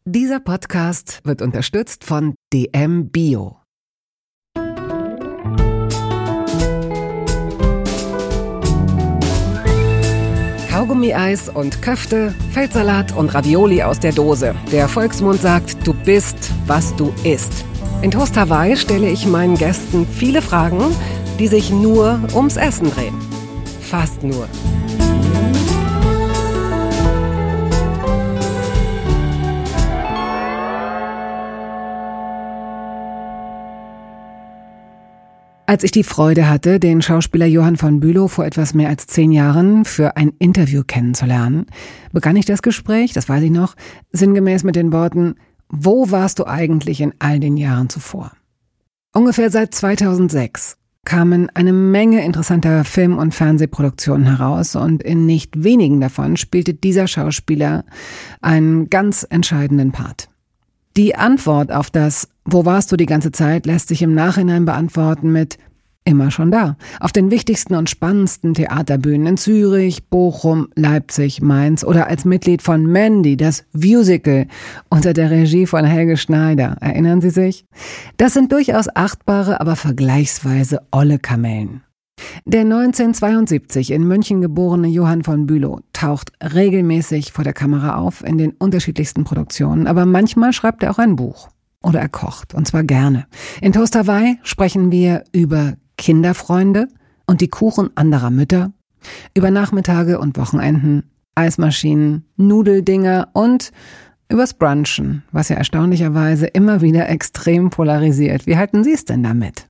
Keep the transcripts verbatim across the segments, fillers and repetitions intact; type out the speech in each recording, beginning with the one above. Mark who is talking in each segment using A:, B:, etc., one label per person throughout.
A: Dieser Podcast wird unterstützt von D M Bio. Kaugummi-Eis und Köfte, Feldsalat und Ravioli aus der Dose. Der Volksmund sagt, du bist, was du isst. In Toast Hawaii stelle ich meinen Gästen viele Fragen, die sich nur ums Essen drehen. Fast nur. Als ich die Freude hatte, den Schauspieler Johann von Bülow vor etwas mehr als zehn Jahren für ein Interview kennenzulernen, begann ich das Gespräch, das weiß ich noch, sinngemäß mit den Worten: Wo warst du eigentlich in all den Jahren zuvor? Ungefähr seit zweitausendsechs kamen eine Menge interessanter Film- und Fernsehproduktionen heraus und in nicht wenigen davon spielte dieser Schauspieler einen ganz entscheidenden Part. Die Antwort auf das „Wo warst du die ganze Zeit?" lässt sich im Nachhinein beantworten mit „immer schon da". Auf den wichtigsten und spannendsten Theaterbühnen in Zürich, Bochum, Leipzig, Mainz oder als Mitglied von Mandy, das Musical unter der Regie von Helge Schneider. Erinnern Sie sich? Das sind durchaus achtbare, aber vergleichsweise olle Kamellen. Der neunzehnhundertzweiundsiebzig in München geborene Johann von Bülow taucht regelmäßig vor der Kamera auf in den unterschiedlichsten Produktionen, aber manchmal schreibt er auch ein Buch. Oder er kocht, und zwar gerne. In Toast Hawaii sprechen wir über Kinderfreunde und die Kuchen anderer Mütter, über Nachmittage und Wochenenden, Eismaschinen, Nudeldinger und übers Brunchen, was ja erstaunlicherweise immer wieder extrem polarisiert. Wie halten Sie es denn damit?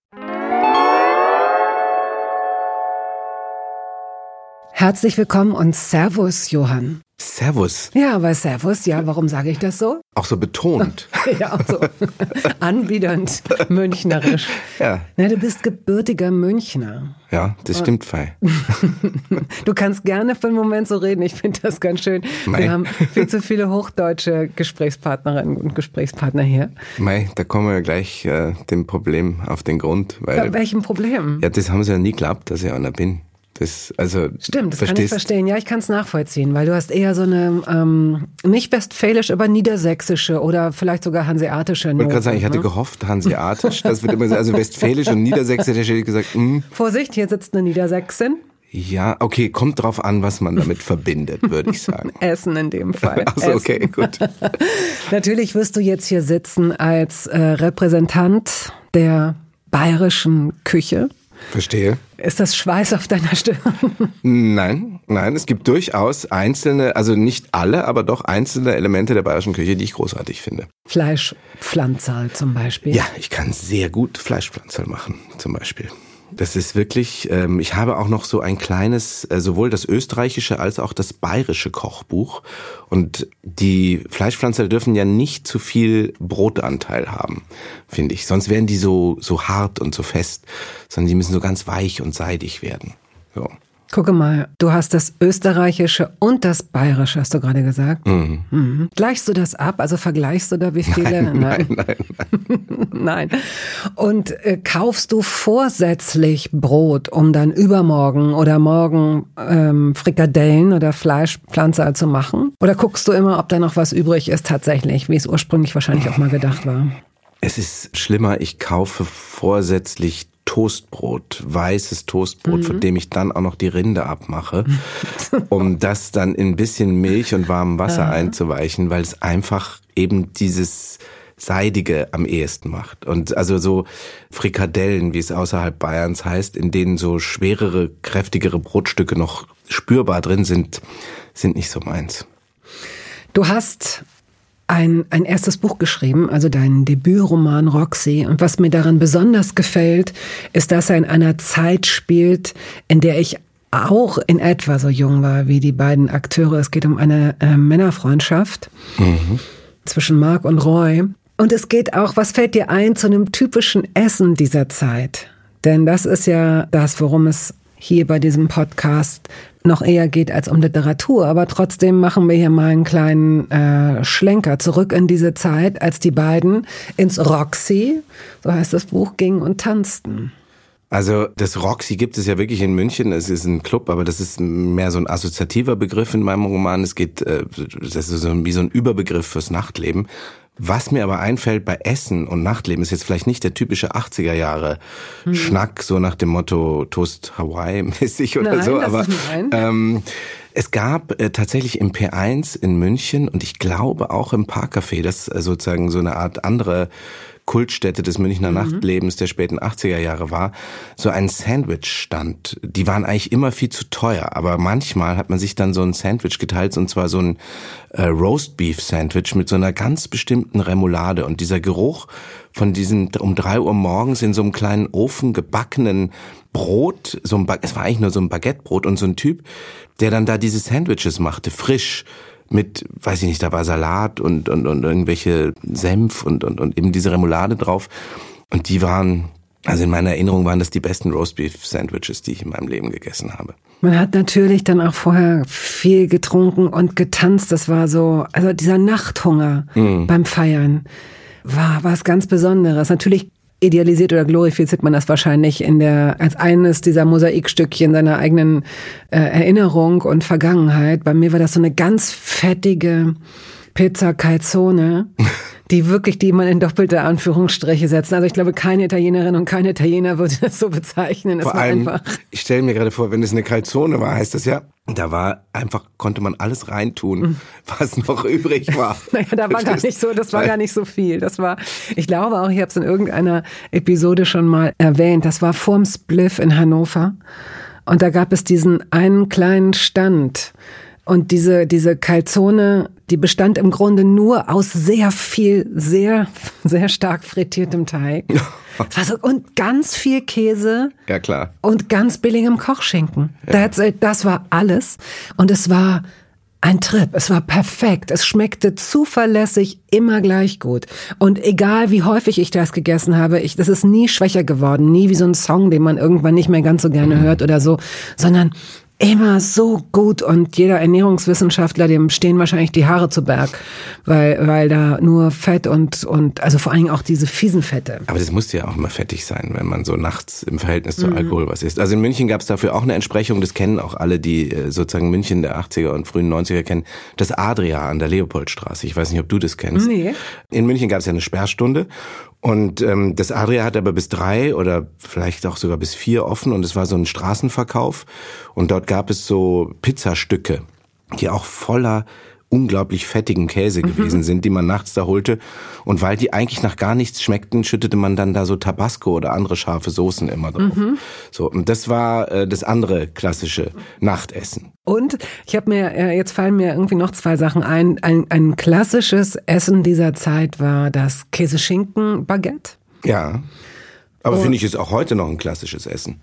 A: Herzlich willkommen und Servus, Johann.
B: Servus.
A: Ja, aber Servus, ja, warum sage ich das so?
B: Auch so betont.
A: Ja, auch so anbiedernd, münchnerisch.
B: Ja.
A: Na, du bist gebürtiger Münchner.
B: Ja, das stimmt, Fei.
A: Du kannst gerne für einen Moment so reden, ich finde das ganz schön.
B: Mei.
A: Wir haben viel zu viele hochdeutsche Gesprächspartnerinnen und Gesprächspartner hier.
B: Mei, da kommen wir ja gleich äh, dem Problem auf den Grund. Weil,
A: Ja, welchem Problem?
B: Ja, das haben sie ja nie geglaubt, dass ich einer bin. Das, also,
A: Stimmt, das
B: verstehst?
A: kann ich verstehen. Ja, ich kann es nachvollziehen, weil du hast eher so eine, ähm, nicht westfälisch, aber niedersächsische oder vielleicht sogar hanseatische Noten.
B: Ich wollte gerade sagen, ich hatte
A: ne?
B: gehofft, hanseatisch, das wird immer so, also westfälisch und niedersächsisch, hätte ich gesagt, mh.
A: Vorsicht, hier sitzt eine Niedersächsin.
B: Ja, okay, kommt drauf an, was man damit verbindet, würde ich sagen.
A: Essen in dem Fall.
B: Ach so, okay, gut.
A: Natürlich wirst du jetzt hier sitzen als äh, Repräsentant der bayerischen Küche.
B: Verstehe.
A: Ist das Schweiß auf deiner Stirn?
B: Nein, nein, es gibt durchaus einzelne, also nicht alle, aber doch einzelne Elemente der bayerischen Küche, die ich großartig finde.
A: Fleischpflanzerl zum Beispiel.
B: Ja, ich kann sehr gut Fleischpflanzerl machen, zum Beispiel. Das ist wirklich, ähm, ich habe auch noch so ein kleines, äh, sowohl das österreichische als auch das bayerische Kochbuch. Und die Fleischpflanzerl dürfen ja nicht zu viel Brotanteil haben, finde ich. Sonst werden die so, so hart und so fest, sondern die müssen so ganz weich und seidig werden. So.
A: Gucke mal, du hast das österreichische und das bayerische, hast du gerade gesagt.
B: Mhm.
A: Mhm. Gleichst du das ab? Also vergleichst du da wie viele?
B: Nein, nein, nein. Nein.
A: Nein. Und äh, kaufst du vorsätzlich Brot, um dann übermorgen oder morgen ähm, Frikadellen oder Fleischpflanzerl zu machen? Oder guckst du immer, ob da noch was übrig ist tatsächlich, wie es ursprünglich wahrscheinlich auch mal gedacht war?
B: Es ist schlimmer, ich kaufe vorsätzlich Toastbrot, weißes Toastbrot, mhm. von dem ich dann auch noch die Rinde abmache, um das dann in ein bisschen Milch und warmem Wasser Aha. einzuweichen, weil es einfach eben dieses Seidige am ehesten macht. Und also so Frikadellen, wie es außerhalb Bayerns heißt, in denen so schwerere, kräftigere Brotstücke noch spürbar drin sind, sind nicht so meins.
A: Du hast Ein, ein erstes Buch geschrieben, also deinen Debütroman Roxy. Und was mir daran besonders gefällt, ist, dass er in einer Zeit spielt, in der ich auch in etwa so jung war wie die beiden Akteure. Es geht um eine äh, Männerfreundschaft mhm. zwischen Mark und Roy. Und es geht auch, was fällt dir ein, zu einem typischen Essen dieser Zeit? Denn das ist ja das, worum es hier bei diesem Podcast noch eher geht als um Literatur. Aber trotzdem machen wir hier mal einen kleinen äh, Schlenker zurück in diese Zeit, als die beiden ins Roxy, so heißt das Buch, gingen und tanzten.
B: Also das Roxy gibt es ja wirklich in München. Es ist ein Club, aber das ist mehr so ein assoziativer Begriff in meinem Roman. Es geht, das ist so wie so ein Überbegriff fürs Nachtleben. Was mir aber einfällt bei Essen und Nachtleben ist jetzt vielleicht nicht der typische achtziger Jahre hm. Schnack, so nach dem Motto Toast Hawaii mäßig oder
A: Nein,
B: so.
A: das
B: Aber
A: ist nicht ein.
B: ähm, es gab äh, tatsächlich im P eins in München und ich glaube auch im Parkcafé, das äh, sozusagen so eine Art andere Kultstätte des Münchner mhm. Nachtlebens der späten achtziger Jahre war, so ein Sandwich-Stand. Die waren eigentlich immer viel zu teuer, aber manchmal hat man sich dann so ein Sandwich geteilt, und zwar so ein äh, Roast-Beef-Sandwich mit so einer ganz bestimmten Remoulade. Und dieser Geruch von diesem um drei Uhr morgens in so einem kleinen Ofen gebackenen Brot, so ein ba- es war eigentlich nur so ein Baguettebrot und so ein Typ, der dann da diese Sandwiches machte, frisch, mit, weiß ich nicht, da war Salat und und und irgendwelche Senf und und und eben diese Remoulade drauf. Und die waren, also in meiner Erinnerung waren das die besten Roastbeef-Sandwiches, die ich in meinem Leben gegessen habe.
A: Man hat natürlich dann auch vorher viel getrunken und getanzt. Das war so, also dieser Nachthunger mhm. beim Feiern war was ganz Besonderes. Natürlich idealisiert oder glorifiziert man das wahrscheinlich in der als eines dieser Mosaikstückchen seiner eigenen äh, Erinnerung und Vergangenheit. Bei mir war das so eine ganz fettige Pizza Calzone, die wirklich, die man in doppelte Anführungsstriche setzen. Also ich glaube, keine Italienerin und kein Italiener würde das so bezeichnen. Es
B: Vor
A: war
B: allem,
A: einfach.
B: Ich stelle mir gerade vor, wenn es eine Calzone war, heißt das ja, da war einfach, konnte man alles reintun, was noch übrig war.
A: Naja, da war gar nicht so, das war gar nicht so viel. Das war, ich glaube auch, ich habe es in irgendeiner Episode schon mal erwähnt, das war vorm Spliff in Hannover. Und da gab es diesen einen kleinen Stand. Und diese, diese Calzone, die bestand im Grunde nur aus sehr viel, sehr, sehr stark frittiertem Teig. Also, und ganz viel Käse.
B: Ja, klar.
A: Und ganz billigem Kochschinken.
B: Ja.
A: Das, das war alles. Und es war ein Trip. Es war perfekt. Es schmeckte zuverlässig immer gleich gut. Und egal wie häufig ich das gegessen habe, ich, das ist nie schwächer geworden. Nie wie so ein Song, den man irgendwann nicht mehr ganz so gerne hört oder so, sondern immer so gut, und jeder Ernährungswissenschaftler, dem stehen wahrscheinlich die Haare zu Berg, weil weil da nur Fett und und also vor allen Dingen auch diese fiesen Fette.
B: Aber das musste ja auch immer fettig sein, wenn man so nachts im Verhältnis zu mhm. Alkohol was isst. Also in München gab es dafür auch eine Entsprechung, das kennen auch alle, die sozusagen München der achtziger und frühen neunziger kennen, das Adria an der Leopoldstraße. Ich weiß nicht, ob du das kennst.
A: Nee.
B: In München gab es ja eine Sperrstunde. Und ähm, das Adria hat aber bis drei oder vielleicht auch sogar bis vier offen, und es war so ein Straßenverkauf, und dort gab es so Pizzastücke, die auch voller unglaublich fettigen Käse mhm. gewesen sind, die man nachts da holte, und weil die eigentlich nach gar nichts schmeckten, schüttete man dann da so Tabasco oder andere scharfe Soßen immer drauf. Mhm. So, und das war äh, das andere klassische Nachtessen.
A: Und ich habe mir, äh, jetzt fallen mir irgendwie noch zwei Sachen ein. Ein, ein klassisches Essen dieser Zeit war das Käse-Schinken-Baguette.
B: Ja, aber finde ich, ist auch heute noch ein klassisches Essen.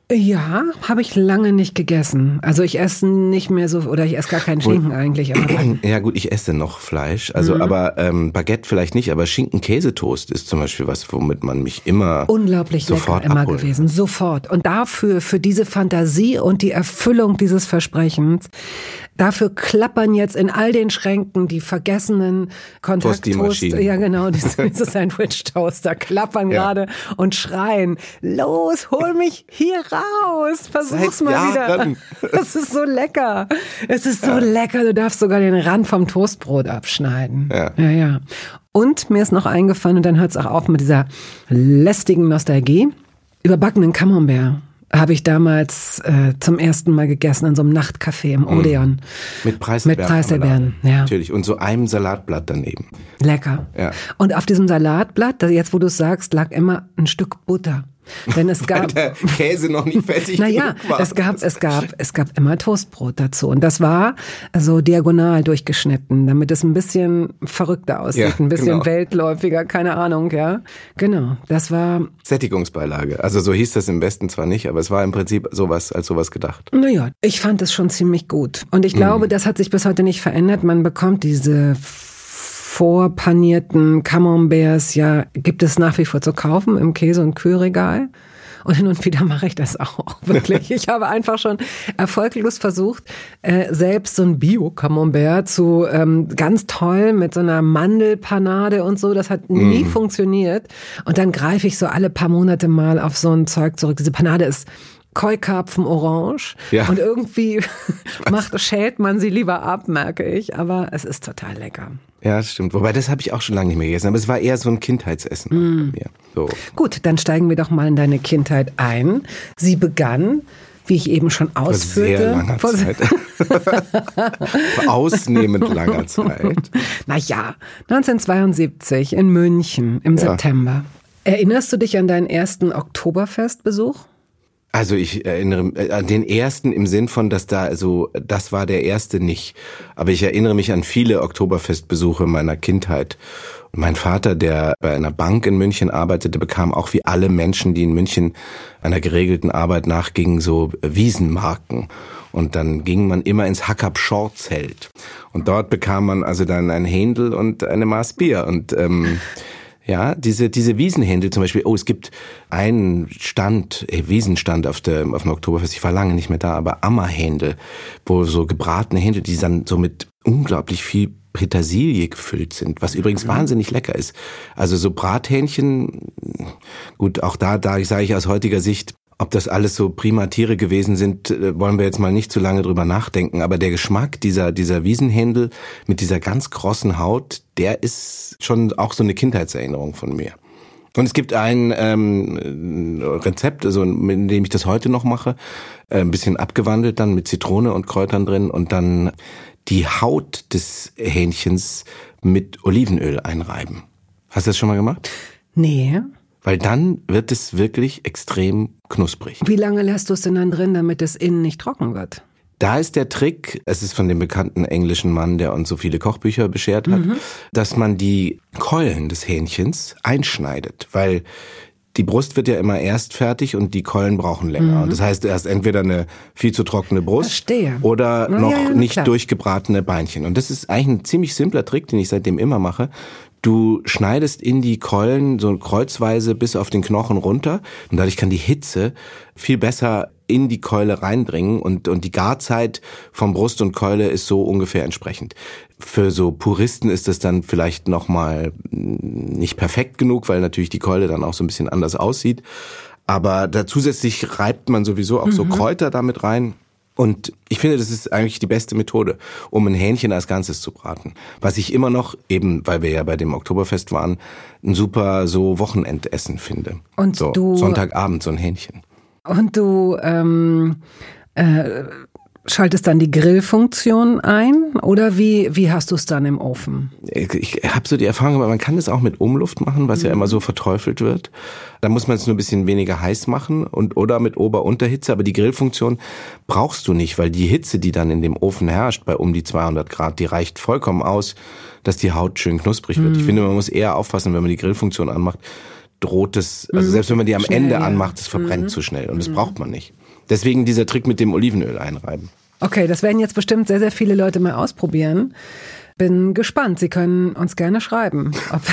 A: Ja, habe ich lange nicht gegessen. Also ich esse nicht mehr so, oder ich esse gar keinen Schinken eigentlich. Aber
B: ja gut, ich esse noch Fleisch, also mhm. aber ähm, Baguette vielleicht nicht, aber Schinken-Käsetoast ist zum Beispiel was, womit man mich immer
A: unglaublich
B: sofort
A: lecker immer
B: abholt.
A: gewesen, sofort. Und dafür, für diese Fantasie und die Erfüllung dieses Versprechens, dafür klappern jetzt in all den Schränken die vergessenen Kontakttoast, ja genau, diese, diese Sandwich-Toaster klappern ja. gerade und schreien, los, hol mich hier raus, versuch's
B: Seit
A: mal
B: Jahren.
A: wieder. Es ist so lecker, es ist so ja. lecker, du darfst sogar den Rand vom Toastbrot abschneiden. Ja, ja. ja. Und mir ist noch eingefallen, und dann hört's auch auf mit dieser lästigen Nostalgie, überbackenen Camembert habe ich damals äh, zum ersten Mal gegessen in so einem Nachtcafé im Odeon. Mm.
B: Mit Preiselbeeren.
A: Mit Preiselbeeren, ja.
B: Natürlich. Und so einem Salatblatt daneben.
A: Lecker. Ja. Und auf diesem Salatblatt, jetzt wo du es sagst, lag immer ein Stück Butter. Denn es gab
B: weil der Käse noch nicht fertig
A: naja,
B: genug war.
A: es gab, es gab, es gab immer Toastbrot dazu. Und das war so diagonal durchgeschnitten, damit es ein bisschen verrückter aussieht, ja, ein bisschen genau. weltläufiger, keine Ahnung, ja. Genau, das war
B: Sättigungsbeilage. Also so hieß das im Westen zwar nicht, aber es war im Prinzip sowas, als sowas gedacht.
A: Naja, ich fand es schon ziemlich gut. Und ich glaube, mhm. das hat sich bis heute nicht verändert. Man bekommt diese vorpanierten Camemberts, ja, gibt es nach wie vor zu kaufen im Käse- und Kühlregal. Und hin und wieder mache ich das auch, wirklich. Ich habe einfach schon erfolglos versucht, äh, selbst so ein Bio-Camembert zu ähm, ganz toll mit so einer Mandelpanade und so. Das hat nie mm. funktioniert. Und dann greife ich so alle paar Monate mal auf so ein Zeug zurück. Diese Panade ist Keukarpfen orange ja. und irgendwie macht, schält man sie lieber ab, merke ich, aber es ist total lecker.
B: Ja, das stimmt. Wobei, das habe ich auch schon lange nicht mehr gegessen, aber es war eher so ein Kindheitsessen mm. bei mir. So.
A: Gut, dann steigen wir doch mal in deine Kindheit ein. Sie begann, wie ich eben schon ausführte.
B: Vor sehr langer Zeit. Ausnehmend langer Zeit.
A: Naja, neunzehnhundertzweiundsiebzig in München im ja. September. Erinnerst du dich an deinen ersten Oktoberfestbesuch?
B: Also ich erinnere an den ersten im Sinn von, dass da, also das war der erste nicht. Aber ich erinnere mich an viele Oktoberfestbesuche meiner Kindheit. Und mein Vater, der bei einer Bank in München arbeitete, bekam auch wie alle Menschen, die in München einer geregelten Arbeit nachgingen, so Wiesenmarken. Und dann ging man immer ins Hackab-Schor-Zelt. Und dort bekam man also dann ein Händel und eine Maß Bier. Und ähm, ja, diese diese Wiesenhändel zum Beispiel. Oh, es gibt einen Stand, äh, Wiesenstand auf der auf dem Oktoberfest. Ich war lange nicht mehr da, aber Ammerhändel, wo so gebratene Händel, die dann so mit unglaublich viel Petersilie gefüllt sind, was übrigens mhm. wahnsinnig lecker ist. Also so Brathähnchen, gut, auch da da sage ich aus heutiger Sicht, ob das alles so prima Tiere gewesen sind, wollen wir jetzt mal nicht zu lange drüber nachdenken. Aber der Geschmack dieser dieser Wiesenhändel mit dieser ganz krossen Haut, der ist schon auch so eine Kindheitserinnerung von mir. Und es gibt ein ähm, Rezept, also in dem ich das heute noch mache, äh, ein bisschen abgewandelt dann mit Zitrone und Kräutern drin und dann die Haut des Hähnchens mit Olivenöl einreiben. Hast du das schon mal gemacht?
A: Nee.
B: Weil dann wird es wirklich extrem knusprig.
A: Wie lange lässt du es denn dann drin, damit es innen nicht trocken wird?
B: Da ist der Trick, es ist von dem bekannten englischen Mann, der uns so viele Kochbücher beschert hat, mhm. dass man die Keulen des Hähnchens einschneidet, weil die Brust wird ja immer erst fertig und die Keulen brauchen länger. Mhm. Und das heißt, du hast entweder eine viel zu trockene Brust
A: Verstehe.
B: oder noch
A: ja, ja,
B: nicht
A: klar.
B: durchgebratene Beinchen. Und das ist eigentlich ein ziemlich simpler Trick, den ich seitdem immer mache. Du schneidest in die Keulen so kreuzweise bis auf den Knochen runter und dadurch kann die Hitze viel besser in die Keule reindringen und und die Garzeit von Brust und Keule ist so ungefähr entsprechend. Für so Puristen ist das dann vielleicht nochmal nicht perfekt genug, weil natürlich die Keule dann auch so ein bisschen anders aussieht. Aber da zusätzlich reibt man sowieso auch mhm. so Kräuter damit rein. Und ich finde, das ist eigentlich die beste Methode, um ein Hähnchen als Ganzes zu braten. Was ich immer noch, eben weil wir ja bei dem Oktoberfest waren, ein super so Wochenendessen finde.
A: Und
B: so,
A: du
B: Sonntagabend so ein Hähnchen.
A: Und du ähm, äh, schaltest dann die Grillfunktion ein oder wie wie hast du es dann im Ofen?
B: Ich habe so die Erfahrung gemacht, man kann das auch mit Umluft machen, was mhm. ja immer so verteufelt wird. Da muss man es nur ein bisschen weniger heiß machen und oder mit Ober-Unterhitze. Aber die Grillfunktion brauchst du nicht, weil die Hitze, die dann in dem Ofen herrscht, bei um die zweihundert Grad, die reicht vollkommen aus, dass die Haut schön knusprig wird. Mhm. Ich finde, man muss eher aufpassen, wenn man die Grillfunktion anmacht, droht es, also selbst wenn man die am schnell, Ende ja. anmacht, es verbrennt mhm. zu schnell und das mhm. braucht man nicht. Deswegen dieser Trick mit dem Olivenöl einreiben.
A: Okay, das werden jetzt bestimmt sehr, sehr viele Leute mal ausprobieren. Bin gespannt. Sie können uns gerne schreiben.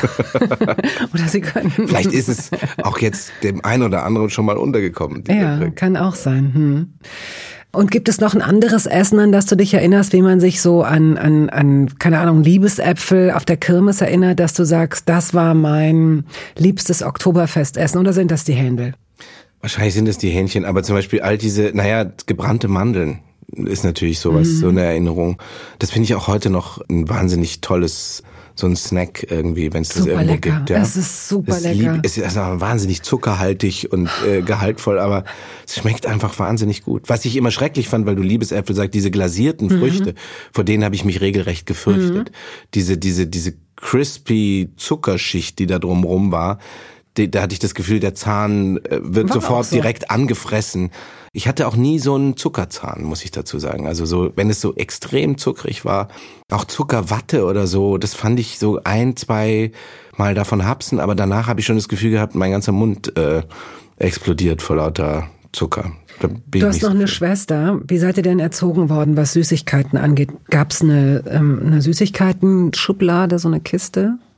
A: Ob oder Sie können.
B: Vielleicht ist es auch jetzt dem einen oder anderen schon mal untergekommen.
A: Ja, Trick. Kann auch sein. Hm. Und gibt es noch ein anderes Essen, an das du dich erinnerst, wie man sich so an, an, an, keine Ahnung, Liebesäpfel auf der Kirmes erinnert, dass du sagst, das war mein liebstes Oktoberfestessen, oder sind das die Händel?
B: Wahrscheinlich sind es die Hähnchen, aber zum Beispiel all diese, naja, gebrannte Mandeln ist natürlich sowas, mhm. so eine Erinnerung. Das finde ich auch heute noch ein wahnsinnig tolles, so ein Snack irgendwie, wenn es das irgendwo
A: lecker.
B: gibt. Ja.
A: Es ist super
B: das
A: lecker.
B: Lieb, es ist also wahnsinnig zuckerhaltig und äh, gehaltvoll, aber es schmeckt einfach wahnsinnig gut. Was ich immer schrecklich fand, weil du Liebesäpfel sagst, diese glasierten mhm. Früchte, vor denen habe ich mich regelrecht gefürchtet. Mhm. Diese, diese, diese crispy Zuckerschicht, die da drumrum war, die, da hatte ich das Gefühl, der Zahn äh, wird war sofort so. direkt angefressen. Ich hatte auch nie so einen Zuckerzahn, muss ich dazu sagen. Also so, wenn es so extrem zuckrig war, auch Zuckerwatte oder so, das fand ich so ein, zwei Mal davon hapsen, aber danach habe ich schon das Gefühl gehabt, mein ganzer Mund äh, explodiert vor lauter Zucker.
A: Du hast noch eine Schwester. Wie seid ihr denn erzogen worden, was Süßigkeiten angeht? Gab es eine, ähm, eine Süßigkeiten-Schublade, so eine Kiste?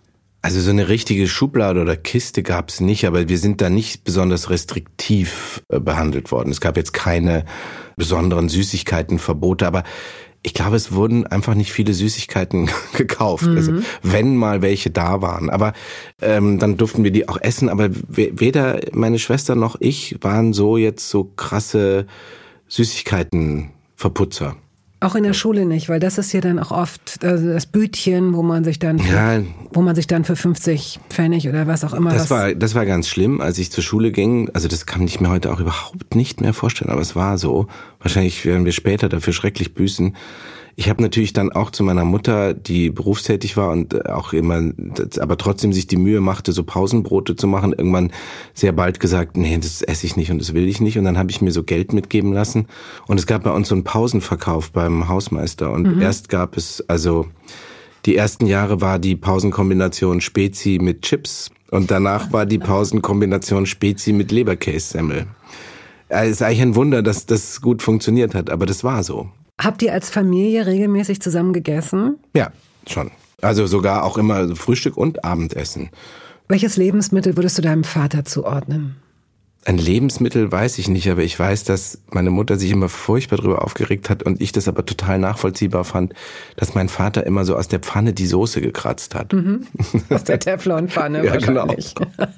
B: Also so eine richtige Schublade oder Kiste gab es nicht, aber wir sind da nicht besonders restriktiv äh, behandelt worden. Es gab jetzt keine besonderen Süßigkeitenverbote, aber ich glaube, es wurden einfach nicht viele Süßigkeiten gekauft. Mhm. Also wenn mal welche da waren. Aber ähm, dann durften wir die auch essen. Aber weder meine Schwester noch ich waren so jetzt so krasse Süßigkeitenverputzer.
A: Auch in der Schule nicht, weil das ist ja dann auch oft also das Bütchen, wo man sich dann für,
B: ja,
A: wo man sich dann für fünfzig Pfennig oder was auch immer.
B: Das
A: was
B: war das war ganz schlimm, als ich zur Schule ging. Also das kann ich mir heute auch überhaupt nicht mehr vorstellen, aber es war so. Wahrscheinlich werden wir später dafür schrecklich büßen. Ich habe natürlich dann auch zu meiner Mutter, die berufstätig war und auch immer, aber trotzdem sich die Mühe machte, so Pausenbrote zu machen, irgendwann sehr bald gesagt, nee, das esse ich nicht und das will ich nicht. Und dann habe ich mir so Geld mitgeben lassen. Und es gab bei uns so einen Pausenverkauf beim Hausmeister. Und mhm. erst gab es, also die ersten Jahre war die Pausenkombination Spezi mit Chips und danach war die Pausenkombination Spezi mit Leberkässemmel. Es ist eigentlich ein Wunder, dass das gut funktioniert hat, aber das war so.
A: Habt ihr als Familie regelmäßig zusammen gegessen?
B: Ja, schon. Also sogar auch immer Frühstück und Abendessen.
A: Welches Lebensmittel würdest du deinem Vater zuordnen?
B: Ein Lebensmittel weiß ich nicht, aber ich weiß, dass meine Mutter sich immer furchtbar darüber aufgeregt hat und ich das aber total nachvollziehbar fand, dass mein Vater immer so aus der Pfanne die Soße gekratzt hat.
A: Mhm. Aus der Teflonpfanne
B: ja,
A: wahrscheinlich.
B: Genau.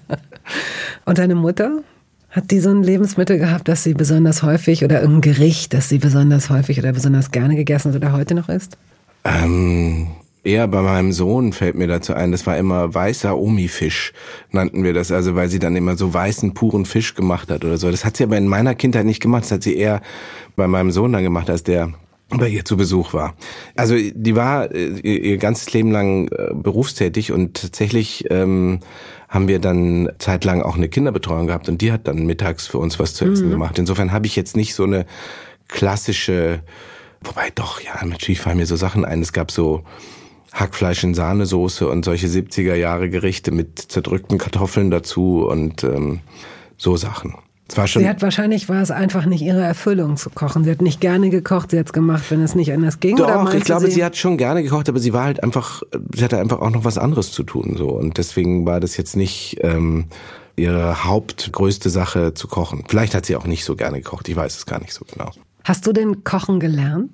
A: Und deine Mutter? Hat die so ein Lebensmittel gehabt, das sie besonders häufig oder irgendein Gericht, das sie besonders häufig oder besonders gerne gegessen hat oder heute noch isst?
B: Ähm, eher bei meinem Sohn fällt mir dazu ein, das war immer weißer Omi-Fisch, nannten wir das, also weil sie dann immer so weißen, puren Fisch gemacht hat oder so. Das hat sie aber in meiner Kindheit nicht gemacht, das hat sie eher bei meinem Sohn dann gemacht, als der bei ihr zu Besuch war. Also die war ihr, ihr ganzes Leben lang äh, berufstätig und tatsächlich ähm, haben wir dann zeitlang auch eine Kinderbetreuung gehabt und die hat dann mittags für uns was zu essen mhm. gemacht. Insofern habe ich jetzt nicht so eine klassische, wobei doch, ja, natürlich fallen mir so Sachen ein. Es gab so Hackfleisch in Sahnesoße und solche siebziger Jahre Gerichte mit zerdrückten Kartoffeln dazu und ähm, so Sachen. Es war schon
A: sie hat wahrscheinlich, war es einfach nicht ihre Erfüllung zu kochen. Sie hat nicht gerne gekocht, sie hat es gemacht, wenn es nicht anders ging.
B: Doch,
A: oder
B: ich glaube,
A: sie,
B: sie hat schon gerne gekocht, aber sie war halt einfach, sie hatte einfach auch noch was anderes zu tun, so. Und deswegen war das jetzt nicht ähm, ihre hauptgrößte Sache zu kochen. Vielleicht hat sie auch nicht so gerne gekocht, ich weiß es gar nicht so genau.
A: Hast du denn Kochen gelernt?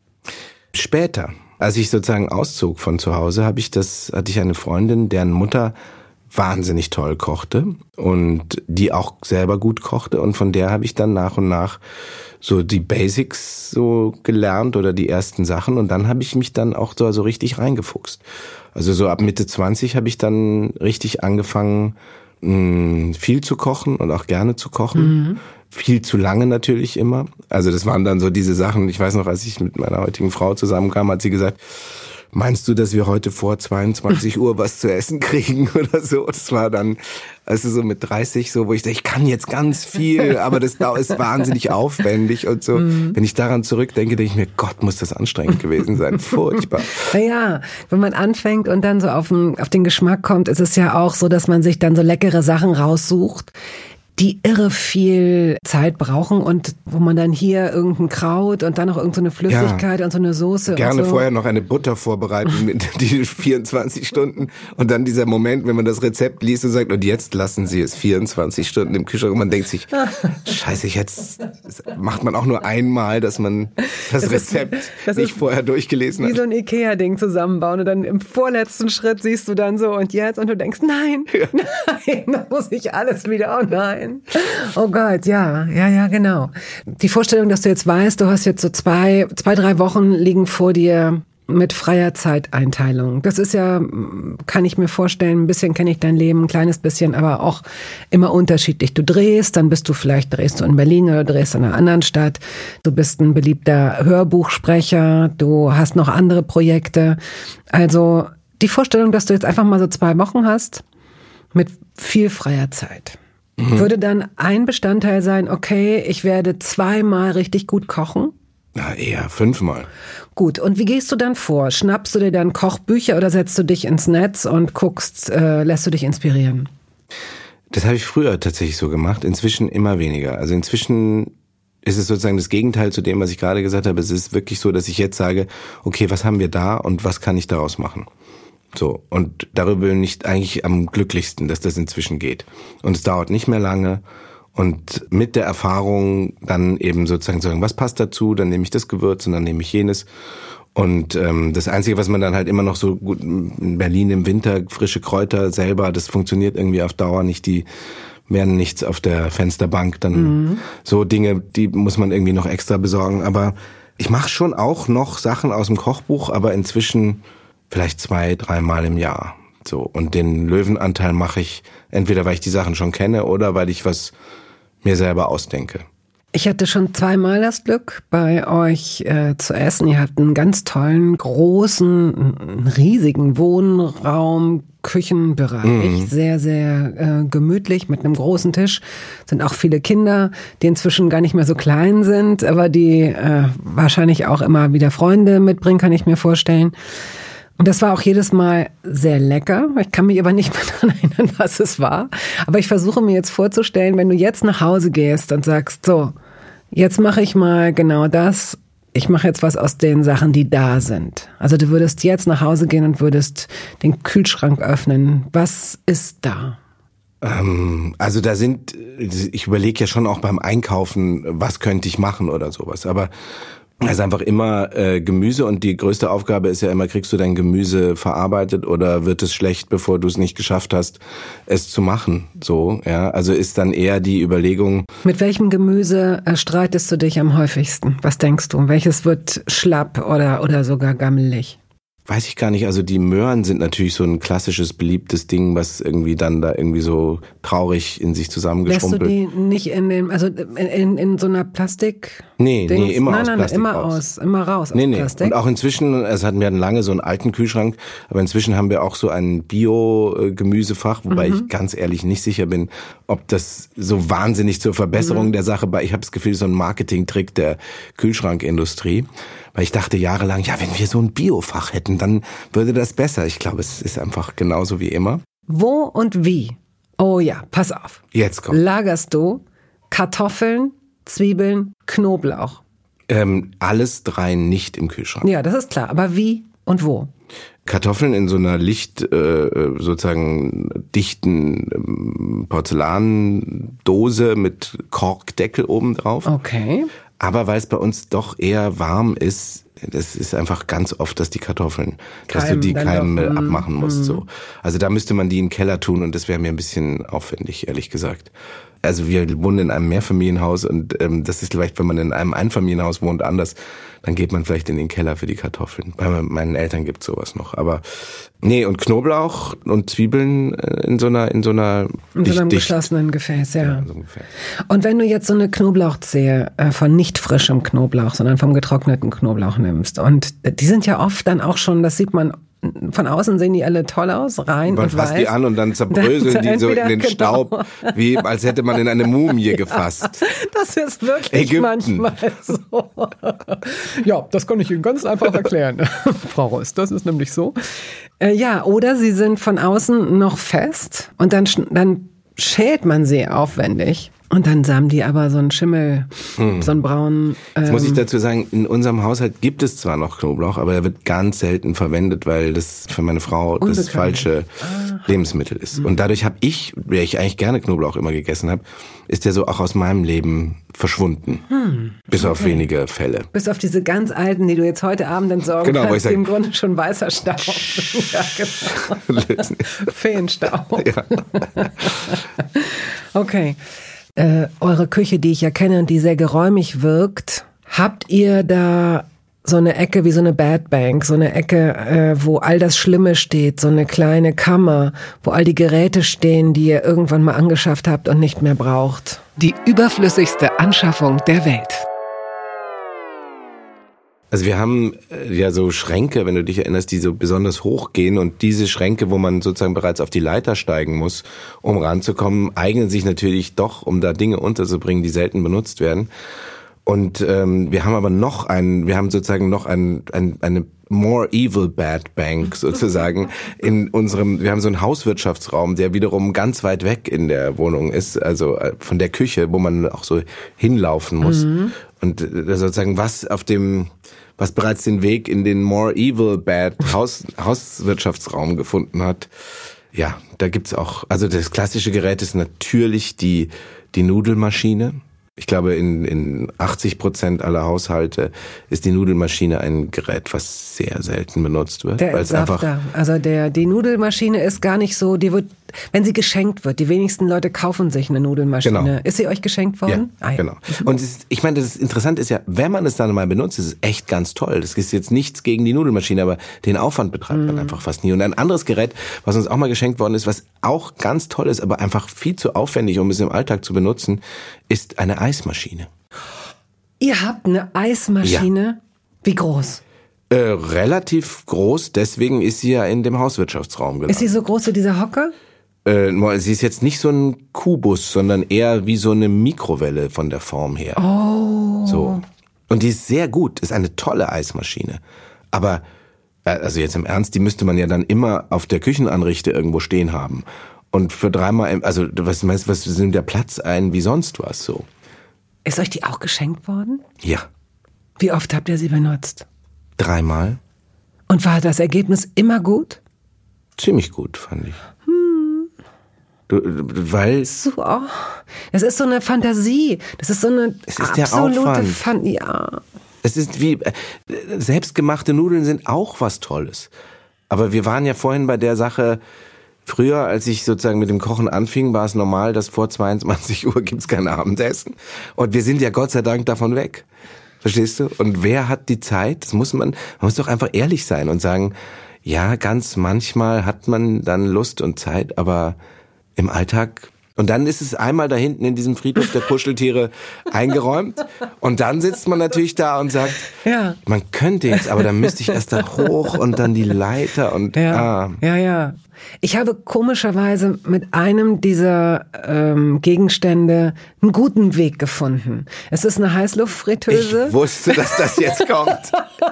B: Später, als ich sozusagen auszog von zu Hause, habe ich das, hatte ich eine Freundin, deren Mutter wahnsinnig toll kochte und die auch selber gut kochte und von der habe ich dann nach und nach so die Basics so gelernt oder die ersten Sachen und dann habe ich mich dann auch so, so richtig reingefuchst. Also so ab Mitte zwanzig habe ich dann richtig angefangen, mh, viel zu kochen und auch gerne zu kochen. Mhm. Viel zu lange natürlich immer. Also das waren dann so diese Sachen, ich weiß noch, als ich mit meiner heutigen Frau zusammenkam, hat sie gesagt, meinst du, dass wir heute vor zweiundzwanzig Uhr was zu essen kriegen oder so? Das war dann, also so mit dreißig so, wo ich dachte, ich kann jetzt ganz viel, aber das ist wahnsinnig aufwendig und so. Mhm. Wenn ich daran zurückdenke, denke ich mir, Gott, muss das anstrengend gewesen sein. Furchtbar.
A: Naja, wenn man anfängt und dann so auf den, auf den Geschmack kommt, ist es ja auch so, dass man sich dann so leckere Sachen raussucht, die irre viel Zeit brauchen und wo man dann hier irgendein Kraut und dann noch irgendeine so Flüssigkeit ja, und so eine Soße.
B: Gerne
A: und so.
B: Vorher noch eine Butter vorbereiten mit die vierundzwanzig Stunden und dann dieser Moment, wenn man das Rezept liest und sagt, und jetzt lassen Sie es vierundzwanzig Stunden im Kühlschrank und man denkt sich, scheiße, jetzt macht man auch nur einmal, dass man das, das Rezept ist, das nicht vorher durchgelesen
A: wie
B: hat.
A: Wie so ein Ikea-Ding zusammenbauen und dann im vorletzten Schritt siehst du dann so und jetzt und du denkst, nein, ja. nein, da muss ich alles wieder, oh nein. Oh Gott, ja, ja, ja, genau. Die Vorstellung, dass du jetzt weißt, du hast jetzt so zwei, zwei, drei Wochen liegen vor dir mit freier Zeiteinteilung. Das ist ja, kann ich mir vorstellen, ein bisschen kenne ich dein Leben, ein kleines bisschen, aber auch immer unterschiedlich. Du drehst, dann bist du vielleicht, drehst du in Berlin oder drehst in einer anderen Stadt. Du bist ein beliebter Hörbuchsprecher, du hast noch andere Projekte. Also die Vorstellung, dass du jetzt einfach mal so zwei Wochen hast mit viel freier Zeit. Mhm. Würde dann ein Bestandteil sein, okay, ich werde zweimal richtig gut kochen?
B: Na, eher fünfmal.
A: Gut, und wie gehst du dann vor? Schnappst du dir dann Kochbücher oder setzt du dich ins Netz und guckst, äh, lässt du dich inspirieren?
B: Das habe ich früher tatsächlich so gemacht, inzwischen immer weniger. Also inzwischen ist es sozusagen das Gegenteil zu dem, was ich gerade gesagt habe. Es ist wirklich so, dass ich jetzt sage, okay, was haben wir da und was kann ich daraus machen? So, und darüber bin ich eigentlich am glücklichsten, dass das inzwischen geht. Und es dauert nicht mehr lange. Und mit der Erfahrung dann eben sozusagen sagen, was passt dazu, dann nehme ich das Gewürz und dann nehme ich jenes. Und ähm, das Einzige, was man dann halt immer noch so gut in Berlin im Winter, frische Kräuter selber, das funktioniert irgendwie auf Dauer nicht, die werden nichts auf der Fensterbank. Dann mhm. so Dinge, die muss man irgendwie noch extra besorgen. Aber ich mache schon auch noch Sachen aus dem Kochbuch, aber inzwischen vielleicht zwei, dreimal im Jahr. So, und den Löwenanteil mache ich entweder, weil ich die Sachen schon kenne oder weil ich was mir selber ausdenke.
A: Ich hatte schon zweimal das Glück, bei euch äh, zu essen. Ihr habt einen ganz tollen, großen, riesigen Wohnraum, Küchenbereich. Mhm. Sehr, sehr äh, gemütlich mit einem großen Tisch. Sind auch viele Kinder, die inzwischen gar nicht mehr so klein sind, aber die äh, wahrscheinlich auch immer wieder Freunde mitbringen, kann ich mir vorstellen. Und das war auch jedes Mal sehr lecker. Ich kann mich aber nicht mehr daran erinnern, was es war. Aber ich versuche mir jetzt vorzustellen, wenn du jetzt nach Hause gehst und sagst, so, jetzt mache ich mal genau das. Ich mache jetzt was aus den Sachen, die da sind. Also du würdest jetzt nach Hause gehen und würdest den Kühlschrank öffnen. Was ist da?
B: Ähm, also da sind, ich überlege ja schon auch beim Einkaufen, was könnte ich machen oder sowas. Aber es ist einfach immer äh, Gemüse und die größte Aufgabe ist ja immer, kriegst du dein Gemüse verarbeitet oder wird es schlecht, bevor du es nicht geschafft hast, es zu machen. So, ja. Also ist dann eher die Überlegung.
A: Mit welchem Gemüse äh, streitest du dich am häufigsten? Was denkst du? Welches wird schlapp oder, oder sogar gammelig?
B: Weiß ich gar nicht, also die Möhren sind natürlich so ein klassisches, beliebtes Ding, was irgendwie dann da irgendwie so traurig in sich zusammengeschrumpelt.
A: Lässt du die nicht in den, also in, in, in so einer Plastik?
B: Nee,
A: Dings?
B: nee, immer
A: nein,
B: aus
A: nein,
B: Plastik
A: immer
B: raus.
A: aus, immer raus
B: nee,
A: aus
B: nee.
A: Plastik.
B: Und auch inzwischen, es hatten wir lange so einen alten Kühlschrank, aber inzwischen haben wir auch so ein Bio-Gemüsefach, wobei mhm. ich ganz ehrlich nicht sicher bin, ob das so wahnsinnig zur Verbesserung mhm. der Sache war. Ich habe das Gefühl, das ist so ein Marketingtrick der Kühlschrankindustrie. Weil ich dachte jahrelang, ja, wenn wir so ein Biofach hätten, dann würde das besser. Ich glaube, es ist einfach genauso wie immer.
A: Wo und wie? Oh ja, pass auf.
B: Jetzt kommt.
A: Lagerst du Kartoffeln, Zwiebeln, Knoblauch?
B: Ähm, alles drei nicht im Kühlschrank.
A: Ja, das ist klar. Aber wie und wo?
B: Kartoffeln in so einer licht, äh, sozusagen dichten ähm, Porzellandose mit Korkdeckel oben drauf.
A: Okay.
B: Aber weil es bei uns doch eher warm ist, das ist einfach ganz oft, dass die Kartoffeln, Keim, dass du die Keime doch, abmachen musst. Mm. So. Also da müsste man die im Keller tun und das wäre mir ein bisschen aufwendig, ehrlich gesagt. Also wir wohnen in einem Mehrfamilienhaus und ähm, das ist vielleicht, wenn man in einem Einfamilienhaus wohnt, anders. Dann geht man vielleicht in den Keller für die Kartoffeln. Bei meinen Eltern gibt's sowas noch. Aber nee, und Knoblauch und Zwiebeln in so einer in so einer
A: in
B: dicht,
A: so einem
B: dicht.
A: geschlossenen Gefäß, ja.
B: ja in so einem Gefäß. Und
A: wenn du jetzt so eine Knoblauchzehe äh, von nicht frischem Knoblauch, sondern vom getrockneten Knoblauch nimmst und die sind ja oft dann auch schon, das sieht man von außen sehen die alle toll aus, rein
B: man
A: und weiß.
B: Man fasst die an und dann zerbröseln dann die so in den genau. Staub, wie als hätte man in eine Mumie gefasst.
A: Das ist wirklich Ägypten. Manchmal so. Ja, das kann ich Ihnen ganz einfach erklären, Frau Rost. Das ist nämlich so. Äh, ja, oder sie sind von außen noch fest und dann, dann schält man sie aufwendig. Und dann haben die aber so einen Schimmel, hm. so einen braunen... Ähm
B: Jetzt muss ich dazu sagen, in unserem Haushalt gibt es zwar noch Knoblauch, aber er wird ganz selten verwendet, weil das für meine Frau Unbekannt. das falsche ah. Lebensmittel ist. Hm. Und dadurch habe ich, der ich eigentlich gerne Knoblauch immer gegessen habe, ist der so auch aus meinem Leben verschwunden. Hm. Bis okay. auf wenige Fälle.
A: Bis auf diese ganz alten, die du jetzt heute Abend entsorgen
B: genau,
A: kannst,
B: sag,
A: die im Grunde schon weißer Staub sind. Ja, genau. Feenstaub. Ja. Okay. Äh, eure Küche, die ich ja kenne und die sehr geräumig wirkt, habt ihr da so eine Ecke wie so eine Bad Bank, so eine Ecke, äh, wo all das Schlimme steht, so eine kleine Kammer, wo all die Geräte stehen, die ihr irgendwann mal angeschafft habt und nicht mehr braucht? Die überflüssigste Anschaffung der Welt.
B: Also wir haben ja so Schränke, wenn du dich erinnerst, die so besonders hoch gehen und diese Schränke, wo man sozusagen bereits auf die Leiter steigen muss, um ranzukommen, eignen sich natürlich doch, um da Dinge unterzubringen, die selten benutzt werden. Und ähm, wir haben aber noch ein, wir haben sozusagen noch ein, ein eine more evil bad bank sozusagen in unserem, wir haben so einen Hauswirtschaftsraum, der wiederum ganz weit weg in der Wohnung ist, also von der Küche, wo man auch so hinlaufen muss. Mhm. Und äh, sozusagen was auf dem, was bereits den Weg in den more evil bad Haus, Hauswirtschaftsraum gefunden hat. Ja, da gibt's auch, also das klassische Gerät ist natürlich die, die Nudelmaschine. Ich glaube, in, in achtzig Prozent aller Haushalte ist die Nudelmaschine ein Gerät, was sehr selten benutzt wird.
A: Der Entsafter. Also der, die Nudelmaschine ist gar nicht so, die wird, wenn sie geschenkt wird, die wenigsten Leute kaufen sich eine Nudelmaschine.
B: Genau.
A: Ist sie euch geschenkt worden?
B: Ja, ah, ja. Genau. Und es ist, ich meine, das Interessante ist ja, wenn man es dann mal benutzt, ist es echt ganz toll. Das ist jetzt nichts gegen die Nudelmaschine, aber den Aufwand betreibt mm. man einfach fast nie. Und ein anderes Gerät, was uns auch mal geschenkt worden ist, was auch ganz toll ist, aber einfach viel zu aufwendig, um es im Alltag zu benutzen, ist eine Eismaschine.
A: Ihr habt eine Eismaschine? Ja. Wie groß?
B: Äh, relativ groß, deswegen ist sie ja in dem Hauswirtschaftsraum gelandet.
A: Ist sie so groß wie dieser Hocker?
B: Äh, sie ist jetzt nicht so ein Kubus, sondern eher wie so eine Mikrowelle von der Form her.
A: Oh.
B: So. Und die ist sehr gut, ist eine tolle Eismaschine. Aber, also jetzt im Ernst, die müsste man ja dann immer auf der Küchenanrichte irgendwo stehen haben. Und für dreimal, also was meinst du, was nimmt der Platz ein wie sonst was so?
A: Ist euch die auch geschenkt worden?
B: Ja.
A: Wie oft habt ihr sie benutzt?
B: Dreimal.
A: Und war das Ergebnis immer gut?
B: Ziemlich gut, fand ich. Hm. Du, weil...
A: So, oh, das ist so eine Fantasie. Das ist so eine
B: es ist
A: absolute
B: der Aufwand.
A: Fan- ja.
B: Es ist wie, äh, selbstgemachte Nudeln sind auch was Tolles. Aber wir waren ja vorhin bei der Sache... Früher, als ich sozusagen mit dem Kochen anfing, war es normal, dass vor zweiundzwanzig Uhr gibt's kein Abendessen. Und wir sind ja Gott sei Dank davon weg. Verstehst du? Und wer hat die Zeit? Das muss man, man muss doch einfach ehrlich sein und sagen, ja, ganz manchmal hat man dann Lust und Zeit, aber im Alltag... Und dann ist es einmal da hinten in diesem Friedhof der Kuscheltiere eingeräumt. Und dann sitzt man natürlich da und sagt, ja. man könnte jetzt, aber dann müsste ich erst da hoch und dann die Leiter und
A: ja,
B: ah.
A: ja, ja. Ich habe komischerweise mit einem dieser ähm, Gegenstände einen guten Weg gefunden. Es ist eine Heißluftfritteuse.
B: Ich wusste, dass das jetzt kommt.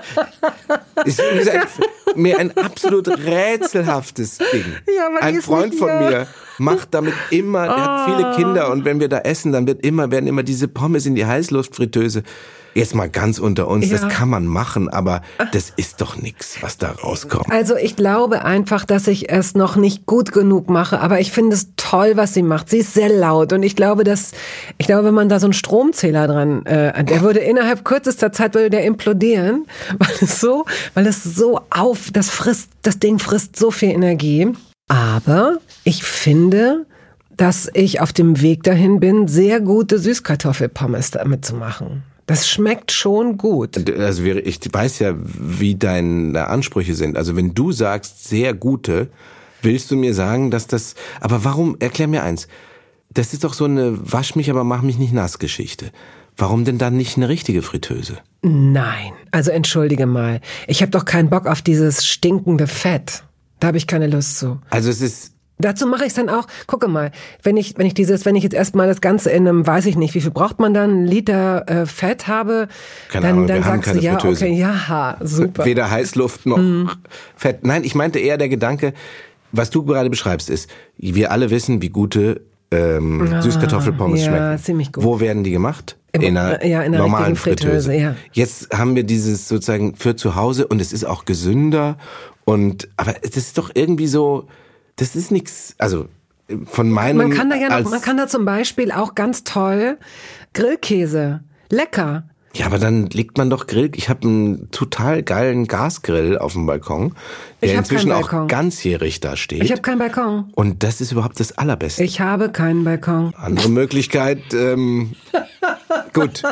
B: Es ist ein, mir ein absolut rätselhaftes Ding.
A: Ja,
B: ein Freund von mir macht damit immer, der oh. hat viele Kinder und wenn wir da essen, dann wird immer, werden immer diese Pommes in die Heißluftfritteuse. Jetzt mal ganz unter uns, ja. das kann man machen, aber das ist doch nichts, was da rauskommt.
A: Also ich glaube einfach, dass ich es noch nicht gut genug mache, aber ich finde es toll, was sie macht. Sie ist sehr laut und ich glaube, dass, ich glaube, wenn man da so einen Stromzähler dran, äh, der würde innerhalb kürzester Zeit würde der implodieren, weil es so, weil es so auf, das frisst, das Ding frisst so viel Energie. Aber ich finde, dass ich auf dem Weg dahin bin, sehr gute Süßkartoffelpommes damit zu machen. Das schmeckt schon gut.
B: Also ich weiß ja, wie deine Ansprüche sind. Also wenn du sagst, sehr gute, willst du mir sagen, dass das... Aber warum, erklär mir eins, das ist doch so eine Wasch mich, aber mach mich nicht nass Geschichte. Warum denn dann nicht eine richtige Fritteuse?
A: Nein, also entschuldige mal. Ich habe doch keinen Bock auf dieses stinkende Fett. Da habe ich keine Lust zu.
B: Also es ist...
A: Dazu mache ich es dann auch, gucke mal, wenn ich wenn ich dieses, wenn ich jetzt erstmal das Ganze in einem, weiß ich nicht, wie viel braucht man dann, einen Liter äh, Fett habe,
B: keine
A: dann,
B: Ahnung,
A: dann
B: wir
A: sagst
B: haben
A: du, ja,
B: Fritteuse.
A: okay, ja, super.
B: Weder Heißluft noch mm. Fett. Nein, ich meinte eher der Gedanke, was du gerade beschreibst, ist, wir alle wissen, wie gute ähm, ah, Süßkartoffelpommes
A: ja,
B: schmecken.
A: Ziemlich gut.
B: Wo werden die gemacht?
A: Im,
B: in einer,
A: ja, in einer
B: normalen Fritteuse.
A: Fritteuse ja.
B: Jetzt haben wir dieses sozusagen für zu Hause und es ist auch gesünder und aber das ist doch irgendwie so, das ist nichts, also von meinem...
A: Man kann da ja noch, man kann da zum Beispiel auch ganz toll Grillkäse, lecker.
B: Ja, aber dann legt man doch Grill. Ich habe einen total geilen Gasgrill auf dem Balkon, der inzwischen auch ganzjährig da steht.
A: Ich habe keinen Balkon.
B: Und das ist überhaupt das Allerbeste.
A: Ich habe keinen Balkon.
B: Andere Möglichkeit, ähm, gut.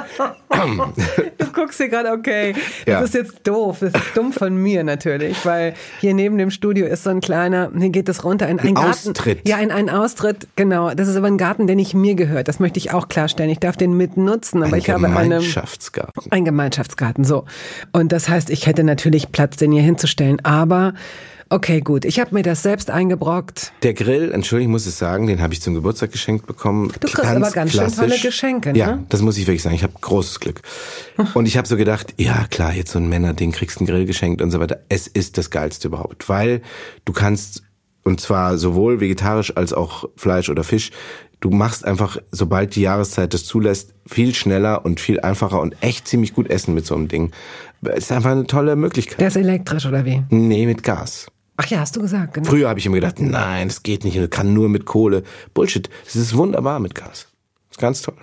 A: Du guckst hier gerade, okay, das ja. ist jetzt doof, das ist dumm von mir natürlich, weil hier neben dem Studio ist so ein kleiner, hier geht das runter in einen
B: ein
A: Garten.
B: Austritt.
A: Ja, in einen Austritt, genau. Das ist aber ein Garten, der nicht mir gehört, das möchte ich auch klarstellen. Ich darf den mitnutzen, aber
B: ein
A: ich habe eine...
B: Gemeinschaftsgarten.
A: Ein Gemeinschaftsgarten, so. Und das heißt, ich hätte natürlich Platz, den hier hinzustellen, aber... Okay, gut. Ich habe mir das selbst eingebrockt.
B: Der Grill, Entschuldigung, ich muss es sagen, den habe ich zum Geburtstag geschenkt bekommen.
A: Du kriegst aber ganz schön tolle Geschenke, ne?
B: Ja, das muss ich wirklich sagen. Ich habe großes Glück. Und ich habe so gedacht, ja klar, jetzt so ein Männerding, kriegst einen Grill geschenkt und so weiter. Es ist das Geilste überhaupt, weil du kannst, Und zwar sowohl vegetarisch als auch Fleisch oder Fisch. Du machst einfach, sobald die Jahreszeit das zulässt, viel schneller und viel einfacher und echt ziemlich gut essen mit so einem Ding. Ist einfach eine tolle Möglichkeit.
A: Der ist elektrisch oder wie?
B: Nee, mit Gas.
A: Ach ja, hast du gesagt, genau.
B: Früher habe ich immer gedacht, nein, das geht nicht, das kann nur mit Kohle. Bullshit, es ist wunderbar mit Gas. Das ist ganz toll.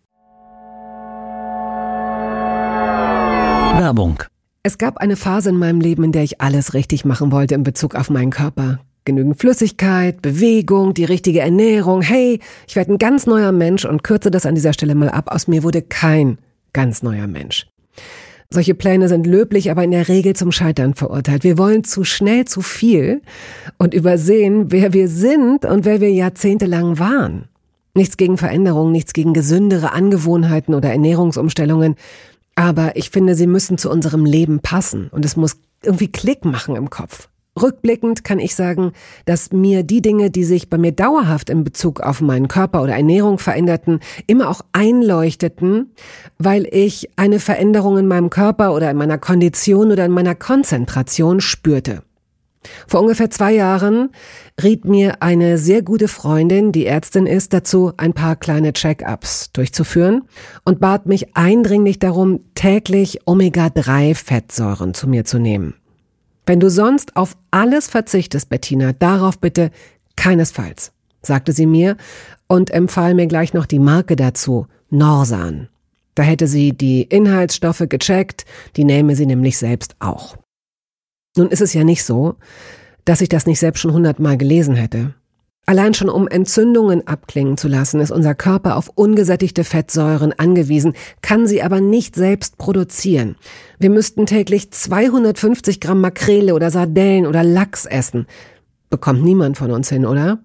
C: Werbung.
A: Es gab eine Phase in meinem Leben, in der ich alles richtig machen wollte in Bezug auf meinen Körper. Genügend Flüssigkeit, Bewegung, die richtige Ernährung. Hey, ich werde ein ganz neuer Mensch und kürze das an dieser Stelle mal ab. Aus mir wurde kein ganz neuer Mensch. Solche Pläne sind löblich, aber in der Regel zum Scheitern verurteilt. Wir wollen zu schnell zu viel und übersehen, wer wir sind und wer wir jahrzehntelang waren. Nichts gegen Veränderungen, nichts gegen gesündere Angewohnheiten oder Ernährungsumstellungen. Aber ich finde, sie müssen zu unserem Leben passen und es muss irgendwie Klick machen im Kopf. Rückblickend kann ich sagen, dass mir die Dinge, die sich bei mir dauerhaft in Bezug auf meinen Körper oder Ernährung veränderten, immer auch einleuchteten, weil ich eine Veränderung in meinem Körper oder in meiner Kondition oder in meiner Konzentration spürte. Vor ungefähr zwei Jahren riet mir eine sehr gute Freundin, die Ärztin ist, dazu, ein paar kleine Check-ups durchzuführen und bat mich eindringlich darum, täglich Omega drei Fettsäuren zu mir zu nehmen. Wenn du sonst auf alles verzichtest, Bettina, darauf bitte keinesfalls, sagte sie mir und empfahl mir gleich noch die Marke dazu, Norsan. Da hätte sie die Inhaltsstoffe gecheckt, die nähme sie nämlich selbst auch. Nun ist es ja nicht so, dass ich das nicht selbst schon hundertmal gelesen hätte. Allein schon um Entzündungen abklingen zu lassen, ist unser Körper auf ungesättigte Fettsäuren angewiesen, kann sie aber nicht selbst produzieren. Wir müssten täglich zweihundertfünfzig Gramm Makrele oder Sardellen oder Lachs essen. Bekommt niemand von uns hin, oder?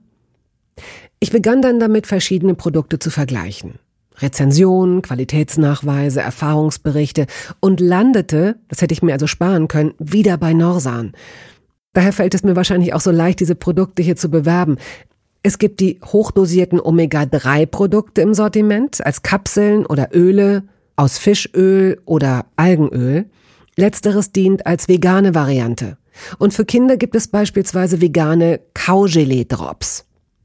A: Ich begann dann damit, verschiedene Produkte zu vergleichen. Rezensionen, Qualitätsnachweise, Erfahrungsberichte und landete, das hätte ich mir also sparen können, wieder bei Norsan. Daher fällt es mir wahrscheinlich auch so leicht, diese Produkte hier zu bewerben. Es gibt die hochdosierten Omega drei Produkte im Sortiment als Kapseln oder Öle aus Fischöl oder Algenöl. Letzteres dient als vegane Variante. Und für Kinder gibt es beispielsweise vegane Kaugelee-Drops.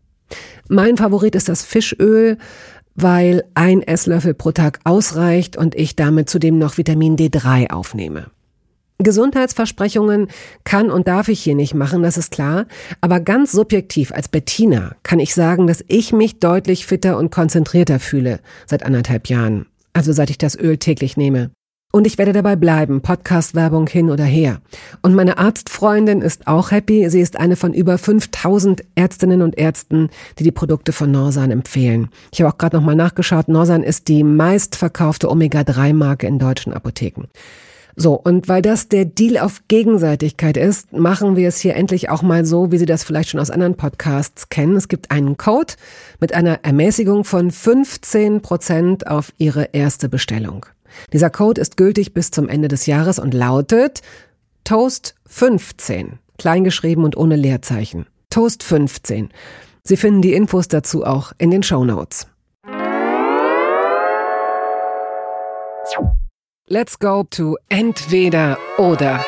A: Mein Favorit ist das Fischöl, weil ein Esslöffel pro Tag ausreicht und ich damit zudem noch Vitamin D drei aufnehme. Gesundheitsversprechungen kann und darf ich hier nicht machen, das ist klar, aber ganz subjektiv als Bettina kann ich sagen, dass ich mich deutlich fitter und konzentrierter fühle seit anderthalb Jahren, also seit ich das Öl täglich nehme. Und ich werde dabei bleiben, Podcast-Werbung hin oder her. Und meine Arztfreundin ist auch happy, sie ist eine von über fünftausend Ärztinnen und Ärzten, die die Produkte von Norsan empfehlen. Ich habe auch gerade nochmal nachgeschaut, Norsan ist die meistverkaufte Omega drei Marke in deutschen Apotheken. So, und weil das der Deal auf Gegenseitigkeit ist, machen wir es hier endlich auch mal so, wie Sie das vielleicht schon aus anderen Podcasts kennen. Es gibt einen Code mit einer Ermäßigung von fünfzehn Prozent auf Ihre erste Bestellung. Dieser Code ist gültig bis zum Ende des Jahres und lautet Toast fünfzehn, kleingeschrieben und ohne Leerzeichen. Toast fünfzehn. Sie finden die Infos dazu auch in den Shownotes. Let's go to entweder oder.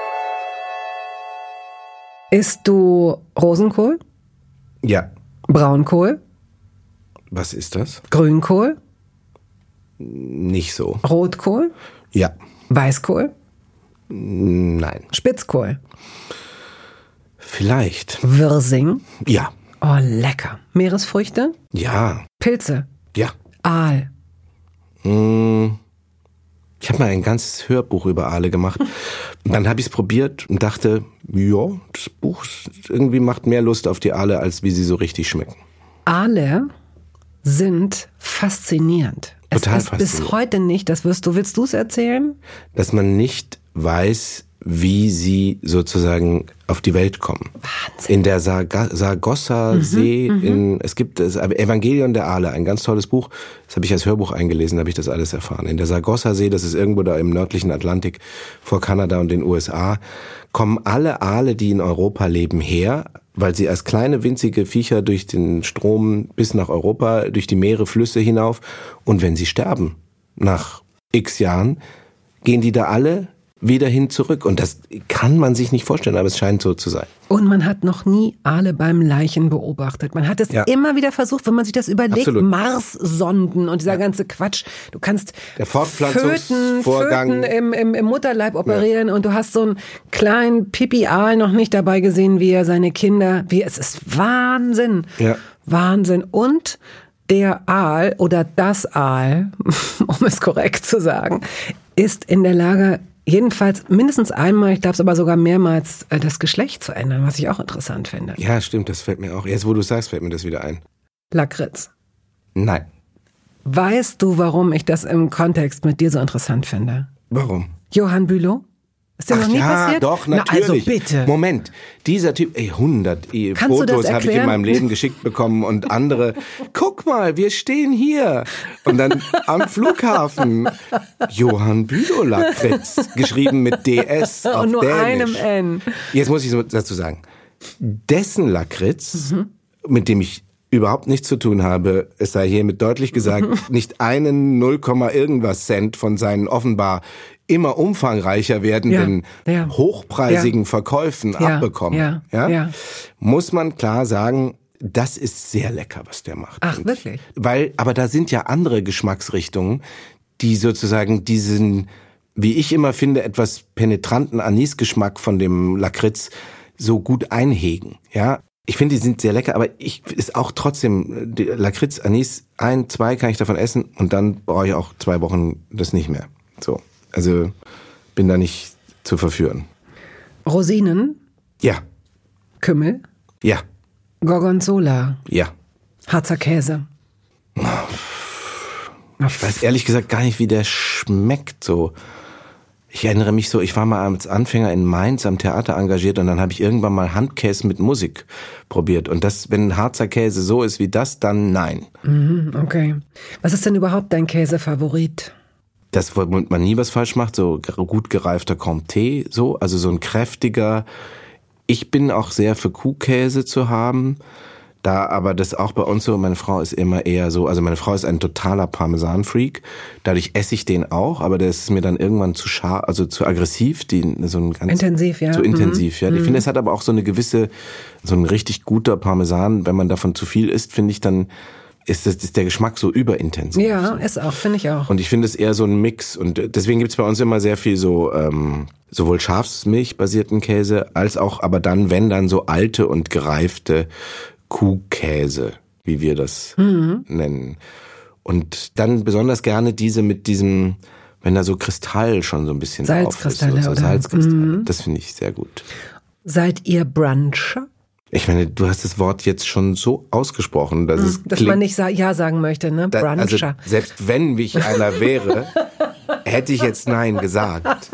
A: Isst du Rosenkohl?
B: Ja.
A: Braunkohl?
B: Was ist das?
A: Grünkohl?
B: Nicht so.
A: Rotkohl?
B: Ja.
A: Weißkohl?
B: Nein.
A: Spitzkohl?
B: Vielleicht.
A: Wirsing?
B: Ja.
A: Oh, lecker. Meeresfrüchte?
B: Ja.
A: Pilze?
B: Ja.
A: Aal?
B: Mmh. Ich habe mal ein ganzes Hörbuch über Aale gemacht. Und dann habe ich es probiert und dachte, ja, das Buch irgendwie macht mehr Lust auf die Aale, als wie sie so richtig schmecken.
A: Aale sind faszinierend.
B: Total
A: es ist
B: faszinierend.
A: bis heute nicht, das wirst du, willst du es erzählen?
B: Dass man nicht weiß, wie sie sozusagen auf die Welt kommen.
A: Wahnsinn.
B: In der Sarga- Sargossa-See, mhm, in, es gibt das Evangelion der Aale, ein ganz tolles Buch, das habe ich als Hörbuch eingelesen, da habe ich das alles erfahren. In der Sargossa-See, das ist irgendwo da im nördlichen Atlantik vor Kanada und den U S A, kommen alle Aale, die in Europa leben, her, weil sie als kleine winzige Viecher durch den Strom bis nach Europa, durch die Meere, Flüsse hinauf, und wenn sie sterben, nach x Jahren, gehen die da alle wieder hin zurück. Und das kann man sich nicht vorstellen, aber es scheint so zu sein.
A: Und man hat noch nie Aale beim Leichen beobachtet. Man hat es ja. immer wieder versucht, wenn man sich das überlegt, Absolut. Mars-Sonden und dieser ja. ganze Quatsch. Du kannst
B: Der Fortpflanzungsvorgang
A: Föten, Föten im, im, im Mutterleib operieren ja. und du hast so einen kleinen Pipi-Aal noch nicht dabei gesehen, wie er seine Kinder, wie es ist Wahnsinn. Ja. Wahnsinn. Und der Aal oder das Aal, um es korrekt zu sagen, ist in der Lage, jedenfalls mindestens einmal, ich glaube es aber sogar mehrmals, das Geschlecht zu ändern, was ich auch interessant finde.
B: Ja, stimmt, das fällt mir auch. Jetzt, wo du sagst, fällt mir das wieder ein.
A: Lakritz.
B: Nein.
A: Weißt du, warum ich das im Kontext mit dir so interessant finde?
B: Warum?
A: Johann Bülow? Ist dir
B: Ach
A: noch nie
B: ja,
A: passiert?
B: doch, natürlich.
A: Na, also bitte.
B: Moment, dieser Typ, ey, hundert Fotos habe ich in meinem Leben geschickt bekommen und andere, guck mal, wir stehen hier. Und dann am Flughafen, Johann Bülow Lakritz, geschrieben mit D S auf
A: und nur
B: Dänisch.
A: einem N.
B: Jetzt muss ich dazu sagen, dessen Lakritz, mhm. mit dem ich überhaupt nichts zu tun habe, es sei hiermit deutlich gesagt, nicht einen null, irgendwas Cent von seinen offenbar immer umfangreicher werdenden, ja, ja. hochpreisigen ja. Verkäufen ja, abbekommen. Ja, ja? Ja. Muss man klar sagen, das ist sehr lecker, was der macht.
A: Ach, wirklich?
B: Weil, aber da sind ja andere Geschmacksrichtungen, die sozusagen diesen, wie ich immer finde, etwas penetranten Anisgeschmack von dem Lakritz so gut einhegen. Ja, ich finde, die sind sehr lecker, aber ich ist auch trotzdem Lakritz, Anis, ein, zwei kann ich davon essen und dann brauche ich auch zwei Wochen das nicht mehr. So. Also bin da nicht zu verführen.
A: Rosinen?
B: Ja.
A: Kümmel?
B: Ja.
A: Gorgonzola?
B: Ja.
A: Harzer Käse?
B: Ich weiß ehrlich gesagt gar nicht, wie der schmeckt so. Ich erinnere mich so, ich war mal als Anfänger in Mainz am Theater engagiert und dann habe ich irgendwann mal Handkäse mit Musik probiert. Und das, wenn ein Harzer Käse so ist wie das, dann nein.
A: Mhm, okay. Was ist denn überhaupt dein Käsefavorit?
B: Das, womit man nie was falsch macht, so gut gereifter Comté, so, also so ein kräftiger. Ich bin auch sehr für Kuhkäse zu haben, da aber das auch bei uns so, meine Frau ist immer eher so, also meine Frau ist ein totaler Parmesan-Freak, dadurch esse ich den auch, aber der ist mir dann irgendwann zu scharf, also zu aggressiv, die, so ein ganz,
A: intensiv, ja.
B: Zu intensiv,
A: mhm.
B: ja. Ich finde, es hat aber auch so eine gewisse, so ein richtig guter Parmesan, wenn man davon zu viel isst, finde ich dann, ist, das, ist der Geschmack so überintensiv.
A: Ja,
B: so.
A: Ist auch, finde ich auch.
B: Und ich finde es eher so ein Mix. Und deswegen gibt's bei uns immer sehr viel so ähm, sowohl Schafsmilch-basierten Käse, als auch aber dann, wenn dann so alte und gereifte Kuhkäse, wie wir das mhm. nennen. Und dann besonders gerne diese mit diesem, wenn da so Kristall schon so ein bisschen drauf ist.
A: Salzkristalle,
B: so, so Salzkristalle. Mhm. Das finde ich sehr gut.
A: Seid ihr Bruncher?
B: Ich meine, du hast das Wort jetzt schon so ausgesprochen, dass, hm, es
A: dass
B: klingt,
A: man nicht sa- ja sagen möchte, ne? Bruncher.
B: Da, also selbst wenn ich einer wäre, hätte ich jetzt Nein gesagt.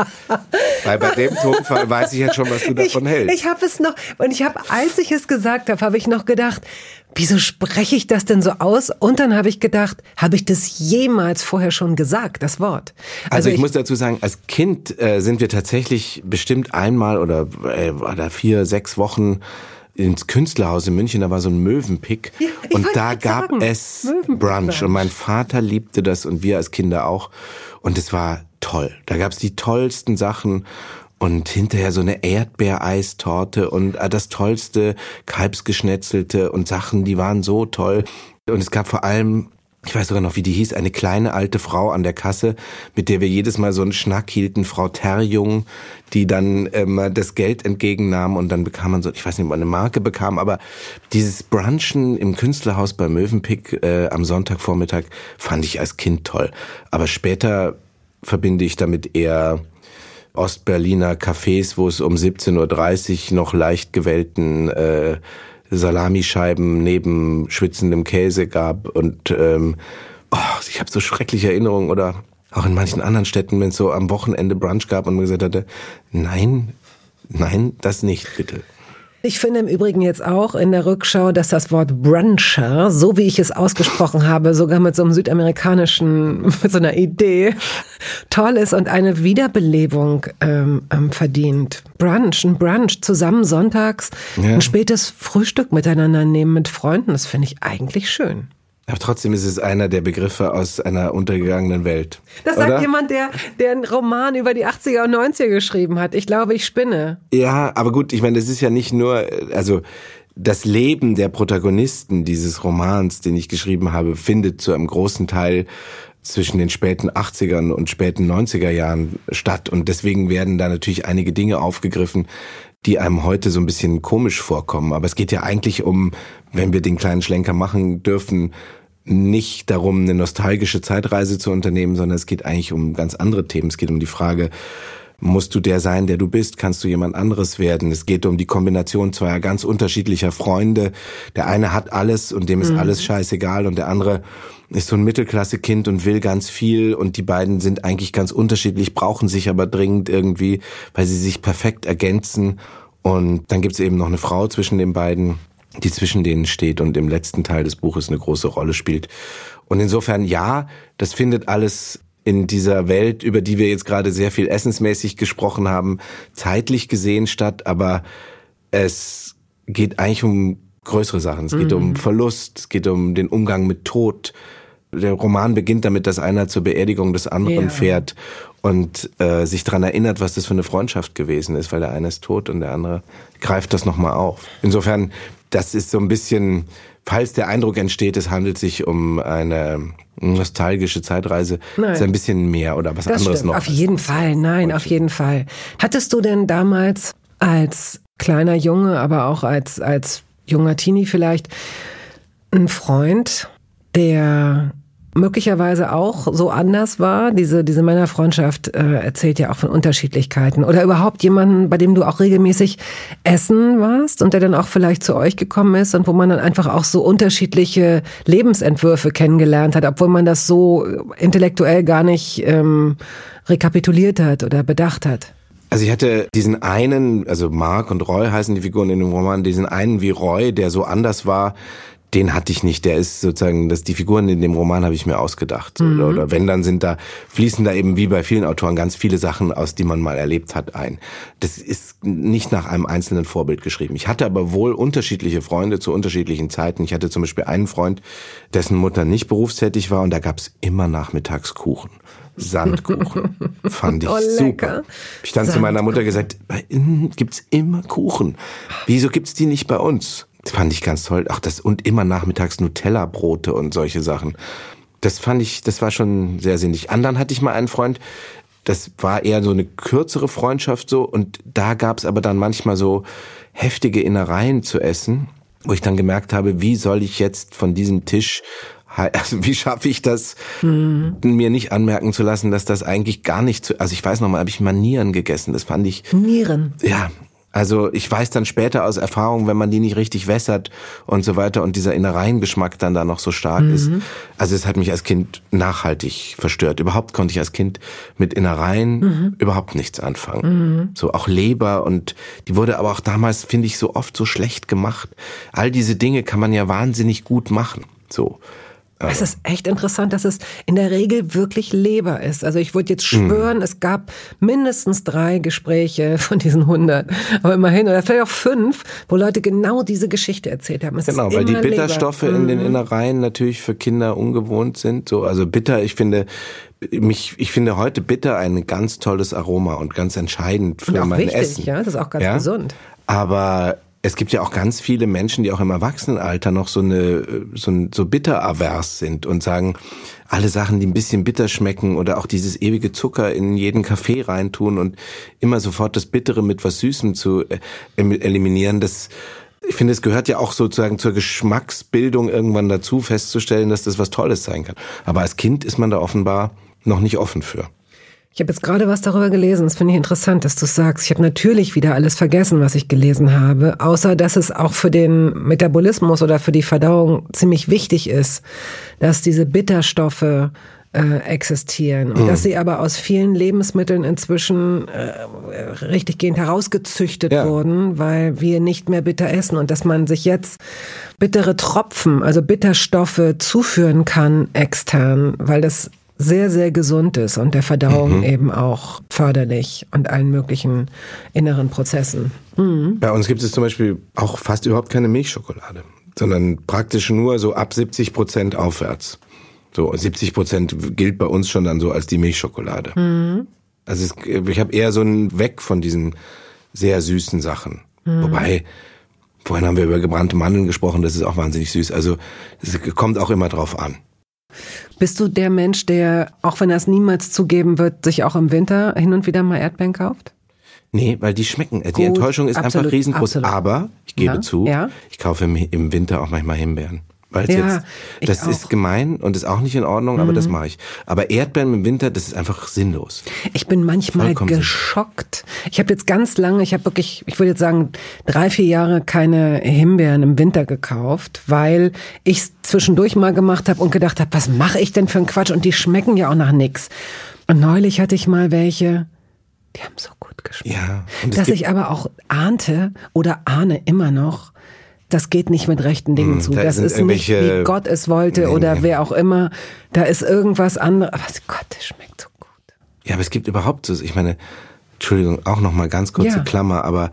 B: Weil bei dem Tonfall weiß ich jetzt schon, was du davon
A: ich,
B: hältst.
A: Ich habe es noch, und ich habe, als ich es gesagt habe, habe ich noch gedacht, wieso spreche ich das denn so aus? Und dann habe ich gedacht, habe ich das jemals vorher schon gesagt, das Wort?
B: Also, also ich, ich muss dazu sagen, als Kind äh, sind wir tatsächlich bestimmt einmal oder, äh, oder vier, sechs Wochen ins Künstlerhaus in München, da war so ein Mövenpick ja, und da gab sagen. es Brunch und mein Vater liebte das und wir als Kinder auch und es war toll. Da gab's die tollsten Sachen und hinterher so eine Erdbeereistorte und das tollste Kalbsgeschnetzelte und Sachen, die waren so toll und es gab vor allem, ich weiß sogar noch, wie die hieß, eine kleine alte Frau an der Kasse, mit der wir jedes Mal so einen Schnack hielten, Frau Terjung, die dann ähm, das Geld entgegennahm und dann bekam man so, ich weiß nicht, ob man eine Marke bekam, aber dieses Brunchen im Künstlerhaus bei Mövenpick äh, am Sonntagvormittag fand ich als Kind toll. Aber später verbinde ich damit eher Ostberliner Cafés, wo es um siebzehn Uhr dreißig noch leicht gewellten äh, Salamischeiben neben schwitzendem Käse gab und ähm, oh, ich habe so schreckliche Erinnerungen oder auch in manchen anderen Städten, wenn es so am Wochenende Brunch gab und man gesagt hatte, nein, nein, das nicht, bitte.
A: Ich finde im Übrigen jetzt auch in der Rückschau, dass das Wort Bruncher, so wie ich es ausgesprochen habe, sogar mit so einem südamerikanischen, mit so einer Idee, toll ist und eine Wiederbelebung ähm, verdient. Brunch, ein Brunch, zusammen sonntags, ja. Ein spätes Frühstück miteinander nehmen mit Freunden, das finde ich eigentlich schön.
B: Aber trotzdem ist es einer der Begriffe aus einer untergegangenen Welt.
A: Das sagt oder? Jemand, der, der einen Roman über die achtziger und neunziger geschrieben hat. Ich glaube, ich spinne.
B: Ja, aber gut, ich meine, das ist ja nicht nur, also das Leben der Protagonisten dieses Romans, den ich geschrieben habe, findet zu einem großen Teil zwischen den späten achtzigern und späten neunziger Jahren statt. Und deswegen werden da natürlich einige Dinge aufgegriffen, die einem heute so ein bisschen komisch vorkommen. Aber es geht ja eigentlich um, wenn wir den kleinen Schlenker machen dürfen, nicht darum, eine nostalgische Zeitreise zu unternehmen, sondern es geht eigentlich um ganz andere Themen. Es geht um die Frage, musst du der sein, der du bist? Kannst du jemand anderes werden? Es geht um die Kombination zweier ganz unterschiedlicher Freunde. Der eine hat alles und dem ist mhm. alles scheißegal und der andere ist so ein Mittelklasse-Kind und will ganz viel und die beiden sind eigentlich ganz unterschiedlich, brauchen sich aber dringend irgendwie, weil sie sich perfekt ergänzen. Und dann gibt's eben noch eine Frau zwischen den beiden, die zwischen denen steht und im letzten Teil des Buches eine große Rolle spielt. Und insofern, ja, das findet alles in dieser Welt, über die wir jetzt gerade sehr viel essensmäßig gesprochen haben, zeitlich gesehen statt, aber es geht eigentlich um größere Sachen. Es geht mhm. um Verlust, es geht um den Umgang mit Tod. Der Roman beginnt damit, dass einer zur Beerdigung des anderen ja. fährt und äh, sich daran erinnert, was das für eine Freundschaft gewesen ist, weil der eine ist tot und der andere greift das nochmal auf. Insofern, das ist so ein bisschen, falls der Eindruck entsteht, es handelt sich um eine nostalgische Zeitreise, nein. ist ein bisschen mehr oder was
A: das
B: anderes
A: stimmt.
B: noch.
A: Auf jeden Fall, nein, auf jeden Fall. Hattest du denn damals als kleiner Junge, aber auch als als junger Teenie vielleicht, einen Freund, der möglicherweise auch so anders war? Diese diese Männerfreundschaft äh, erzählt ja auch von Unterschiedlichkeiten. Oder überhaupt jemanden, bei dem du auch regelmäßig essen warst und der dann auch vielleicht zu euch gekommen ist und wo man dann einfach auch so unterschiedliche Lebensentwürfe kennengelernt hat, obwohl man das so intellektuell gar nicht ähm, rekapituliert hat oder bedacht hat.
B: Also ich hatte diesen einen, also Mark und Roy heißen die Figuren in dem Roman, diesen einen wie Roy, der so anders war, den hatte ich nicht. Der ist sozusagen, dass die Figuren in dem Roman habe ich mir ausgedacht. Mhm. Oder, oder wenn, dann sind da, fließen da eben wie bei vielen Autoren ganz viele Sachen aus, die man mal erlebt hat, ein. Das ist nicht nach einem einzelnen Vorbild geschrieben. Ich hatte aber wohl unterschiedliche Freunde zu unterschiedlichen Zeiten. Ich hatte zum Beispiel einen Freund, dessen Mutter nicht berufstätig war und da gab's immer nachmittags Kuchen. Sandkuchen. Fand ich oh, super. Ich dann zu meiner Mutter gesagt, bei Ihnen gibt's immer Kuchen. Wieso gibt's die nicht bei uns? Das fand ich ganz toll. Ach, das, und immer nachmittags Nutella-Brote und solche Sachen. Das fand ich, das war schon sehr sinnig. Anderen hatte ich mal einen Freund, das war eher so eine kürzere Freundschaft so und da gab's aber dann manchmal so heftige Innereien zu essen, wo ich dann gemerkt habe, wie soll ich jetzt von diesem Tisch, also wie schaffe ich das, mhm. mir nicht anmerken zu lassen, dass das eigentlich gar nicht zu, also ich weiß noch mal, habe ich mal Nieren gegessen, das fand ich.
A: Nieren?
B: Ja. Also ich weiß dann später aus Erfahrung, wenn man die nicht richtig wässert und so weiter und dieser Innereiengeschmack dann da noch so stark mhm. ist. Also es hat mich als Kind nachhaltig verstört. Überhaupt konnte ich als Kind mit Innereien mhm. überhaupt nichts anfangen. Mhm. So auch Leber und die wurde aber auch damals, finde ich, so oft so schlecht gemacht. All diese Dinge kann man ja wahnsinnig gut machen. So.
A: Es ist echt interessant, dass es in der Regel wirklich Leber ist. Also ich würde jetzt schwören, mm. es gab mindestens drei Gespräche von diesen hundert, aber immerhin, oder vielleicht auch fünf, wo Leute genau diese Geschichte erzählt haben. Es
B: genau, weil die Bitterstoffe Leber. in mm. den Innereien natürlich für Kinder ungewohnt sind. So, also bitter, ich finde, mich, ich finde heute bitter ein ganz tolles Aroma und ganz entscheidend für
A: und auch
B: mein
A: wichtig,
B: Essen.
A: Ja, das ist auch ganz ja? gesund.
B: Aber es gibt ja auch ganz viele Menschen, die auch im Erwachsenenalter noch so eine so, so bitteravers sind und sagen, alle Sachen, die ein bisschen bitter schmecken oder auch dieses ewige Zucker in jeden Kaffee reintun und immer sofort das Bittere mit was Süßem zu eliminieren, das ich finde, es gehört ja auch sozusagen zur Geschmacksbildung irgendwann dazu, festzustellen, dass das was Tolles sein kann. Aber als Kind ist man da offenbar noch nicht offen für.
A: Ich habe jetzt gerade was darüber gelesen, das finde ich interessant, dass du es sagst. Ich habe natürlich wieder alles vergessen, was ich gelesen habe, außer dass es auch für den Metabolismus oder für die Verdauung ziemlich wichtig ist, dass diese Bitterstoffe äh, existieren und mhm. dass sie aber aus vielen Lebensmitteln inzwischen äh, richtiggehend herausgezüchtet ja. wurden, weil wir nicht mehr bitter essen und dass man sich jetzt bittere Tropfen, also Bitterstoffe zuführen kann extern, weil das sehr, sehr gesund ist und der Verdauung mhm. eben auch förderlich und allen möglichen inneren Prozessen. Mhm.
B: Bei uns gibt es zum Beispiel auch fast überhaupt keine Milchschokolade. sondern praktisch nur so ab siebzig Prozent aufwärts. So siebzig Prozent gilt bei uns schon dann so als die Milchschokolade. Mhm. Also es, ich habe eher so einen Weg von diesen sehr süßen Sachen. Mhm. Wobei, vorhin haben wir über gebrannte Mandeln gesprochen, das ist auch wahnsinnig süß. Also es kommt auch immer drauf an.
A: Bist du der Mensch, der, auch wenn er es niemals zugeben wird, sich auch im Winter hin und wieder mal Erdbeeren kauft?
B: Nee, weil die schmecken. Die
A: Gut,
B: Enttäuschung ist
A: absolut,
B: einfach riesengroß.
A: absolut.
B: Aber, ich gebe
A: Ja,
B: zu,
A: ja.
B: ich kaufe im, im Winter auch manchmal Himbeeren. Weil
A: Ja,
B: jetzt, das
A: ich
B: ist
A: auch.
B: gemein und ist auch nicht in Ordnung, aber das mache ich. Aber Erdbeeren im Winter, das ist einfach sinnlos.
A: Ich bin manchmal
B: Vollkommen
A: geschockt. Ich habe jetzt ganz lange, ich habe wirklich, ich würde jetzt sagen, drei, vier Jahre keine Himbeeren im Winter gekauft, weil ich es zwischendurch mal gemacht habe und gedacht habe, was mache ich denn für einen Quatsch? Und die schmecken ja auch nach nix. Und neulich hatte ich mal welche, die haben so gut geschmeckt.
B: Ja. Und es
A: Dass
B: gibt,
A: ich aber auch ahnte oder ahne immer noch, das geht nicht mit rechten Dingen
B: Hm,
A: zu.
B: da
A: Das
B: sind
A: ist nicht,
B: irgendwelche-
A: wie Gott es wollte
B: Nee,
A: oder
B: nee.
A: wer auch immer. Da ist irgendwas anderes. Aber Gott, das schmeckt so gut.
B: ja, aber es gibt überhaupt so, ich meine, Entschuldigung, auch noch mal ganz kurze
A: Ja.
B: Klammer, aber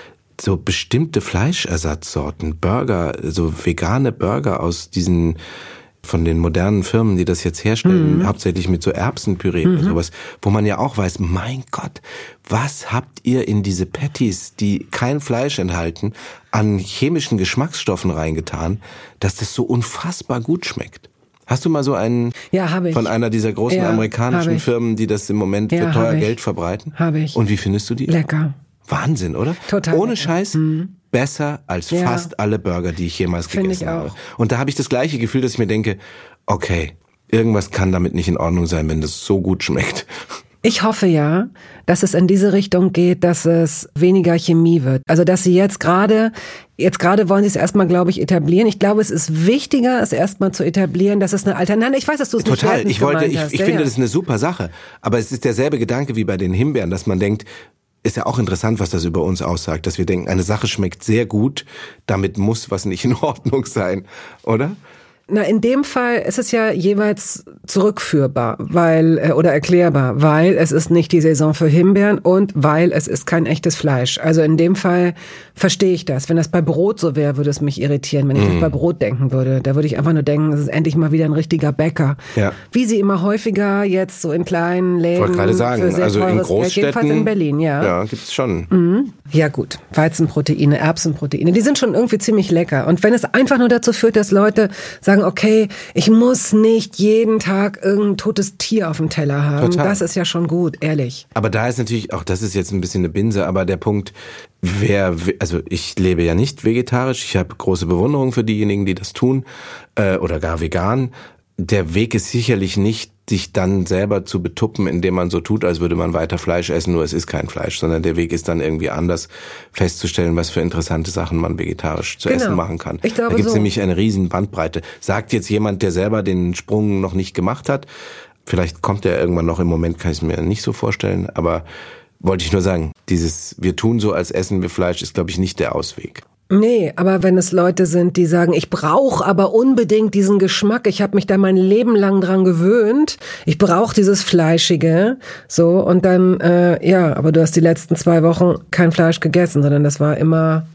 B: so bestimmte Fleischersatzsorten, Burger, so vegane Burger aus diesen, von den modernen Firmen, die das jetzt herstellen,
A: Mhm.
B: hauptsächlich mit so Erbsenpüree oder sowas, wo man ja auch weiß, mein Gott, was habt ihr in diese Patties, die kein Fleisch enthalten, an chemischen Geschmacksstoffen reingetan, dass das so unfassbar gut schmeckt? Hast du mal so einen
A: Ja, habe ich.
B: von einer dieser großen
A: Ja,
B: amerikanischen
A: habe ich.
B: Firmen, die das im Moment
A: Ja,
B: für teuer
A: habe ich.
B: Geld verbreiten?
A: Habe ich.
B: Und wie findest du die?
A: Lecker.
B: Wahnsinn, oder?
A: Total
B: Ohne
A: lecker.
B: Scheiß, besser als
A: Ja.
B: fast alle Burger, die ich jemals
A: Finde
B: gegessen
A: ich
B: habe.
A: auch.
B: Und da habe ich das gleiche Gefühl, dass ich mir denke, okay, irgendwas kann damit nicht in Ordnung sein, wenn das so gut schmeckt.
A: Ich hoffe ja, dass es in diese Richtung geht, dass es weniger Chemie wird. Also, dass sie jetzt gerade, jetzt gerade wollen sie es erstmal, glaube ich, etablieren. Ich glaube, es ist wichtiger, es erstmal zu etablieren, dass es eine Alternative, ich weiß, dass du es nicht
B: Total.
A: wertend
B: Ich wollte,
A: gemeint
B: ich,
A: hast.
B: ich
A: ja,
B: finde,
A: ja.
B: das ist eine super Sache. Aber es ist derselbe Gedanke wie bei den Himbeeren, dass man denkt, ist ja auch interessant, was das über uns aussagt, dass wir denken, eine Sache schmeckt sehr gut, damit muss was nicht in Ordnung sein, oder?
A: Na, in dem Fall ist es ja jeweils zurückführbar, weil äh, oder erklärbar, weil es ist nicht die Saison für Himbeeren und weil es ist kein echtes Fleisch. Also in dem Fall verstehe ich das. Wenn das bei Brot so wäre, würde es mich irritieren, wenn ich nicht bei Brot denken würde. Da würde ich einfach nur denken, es ist endlich mal wieder ein richtiger Bäcker.
B: Ja.
A: Wie sie immer häufiger jetzt so in kleinen Läden
B: Ich wollte gerade
A: für
B: sagen,
A: sehr
B: also in
A: teures Geld,
B: Großstädten.
A: jedenfalls in Berlin, ja.
B: Ja, gibt's schon.
A: Ja gut, Weizenproteine, Erbsenproteine, die sind schon irgendwie ziemlich lecker. Und wenn es einfach nur dazu führt, dass Leute sagen, okay, ich muss nicht jeden Tag irgendein totes Tier auf dem Teller haben,
B: Total.
A: das ist ja schon gut, ehrlich.
B: Aber da ist natürlich, auch das ist jetzt ein bisschen eine Binse, aber der Punkt, wer, also ich lebe ja nicht vegetarisch, ich habe große Bewunderung für diejenigen, die das tun, äh, oder gar vegan. Der Weg ist sicherlich nicht, sich dann selber zu betuppen, indem man so tut, als würde man weiter Fleisch essen, nur es ist kein Fleisch, sondern der Weg ist dann irgendwie anders, festzustellen, was für interessante Sachen man vegetarisch zu
A: Genau.
B: essen machen kann.
A: Ich glaube
B: da gibt es
A: so.
B: nämlich eine riesen Bandbreite. Sagt jetzt jemand, der selber den Sprung noch nicht gemacht hat, vielleicht kommt er irgendwann noch, im Moment kann ich es mir nicht so vorstellen, aber wollte ich nur sagen, dieses wir tun so, als essen wir Fleisch, ist, glaube ich, nicht der Ausweg.
A: Nee, aber wenn es Leute sind, die sagen, ich brauche aber unbedingt diesen Geschmack, ich habe mich da mein Leben lang dran gewöhnt, ich brauche dieses Fleischige, so, und dann, äh, ja, aber du hast die letzten zwei Wochen kein Fleisch gegessen, sondern das war immer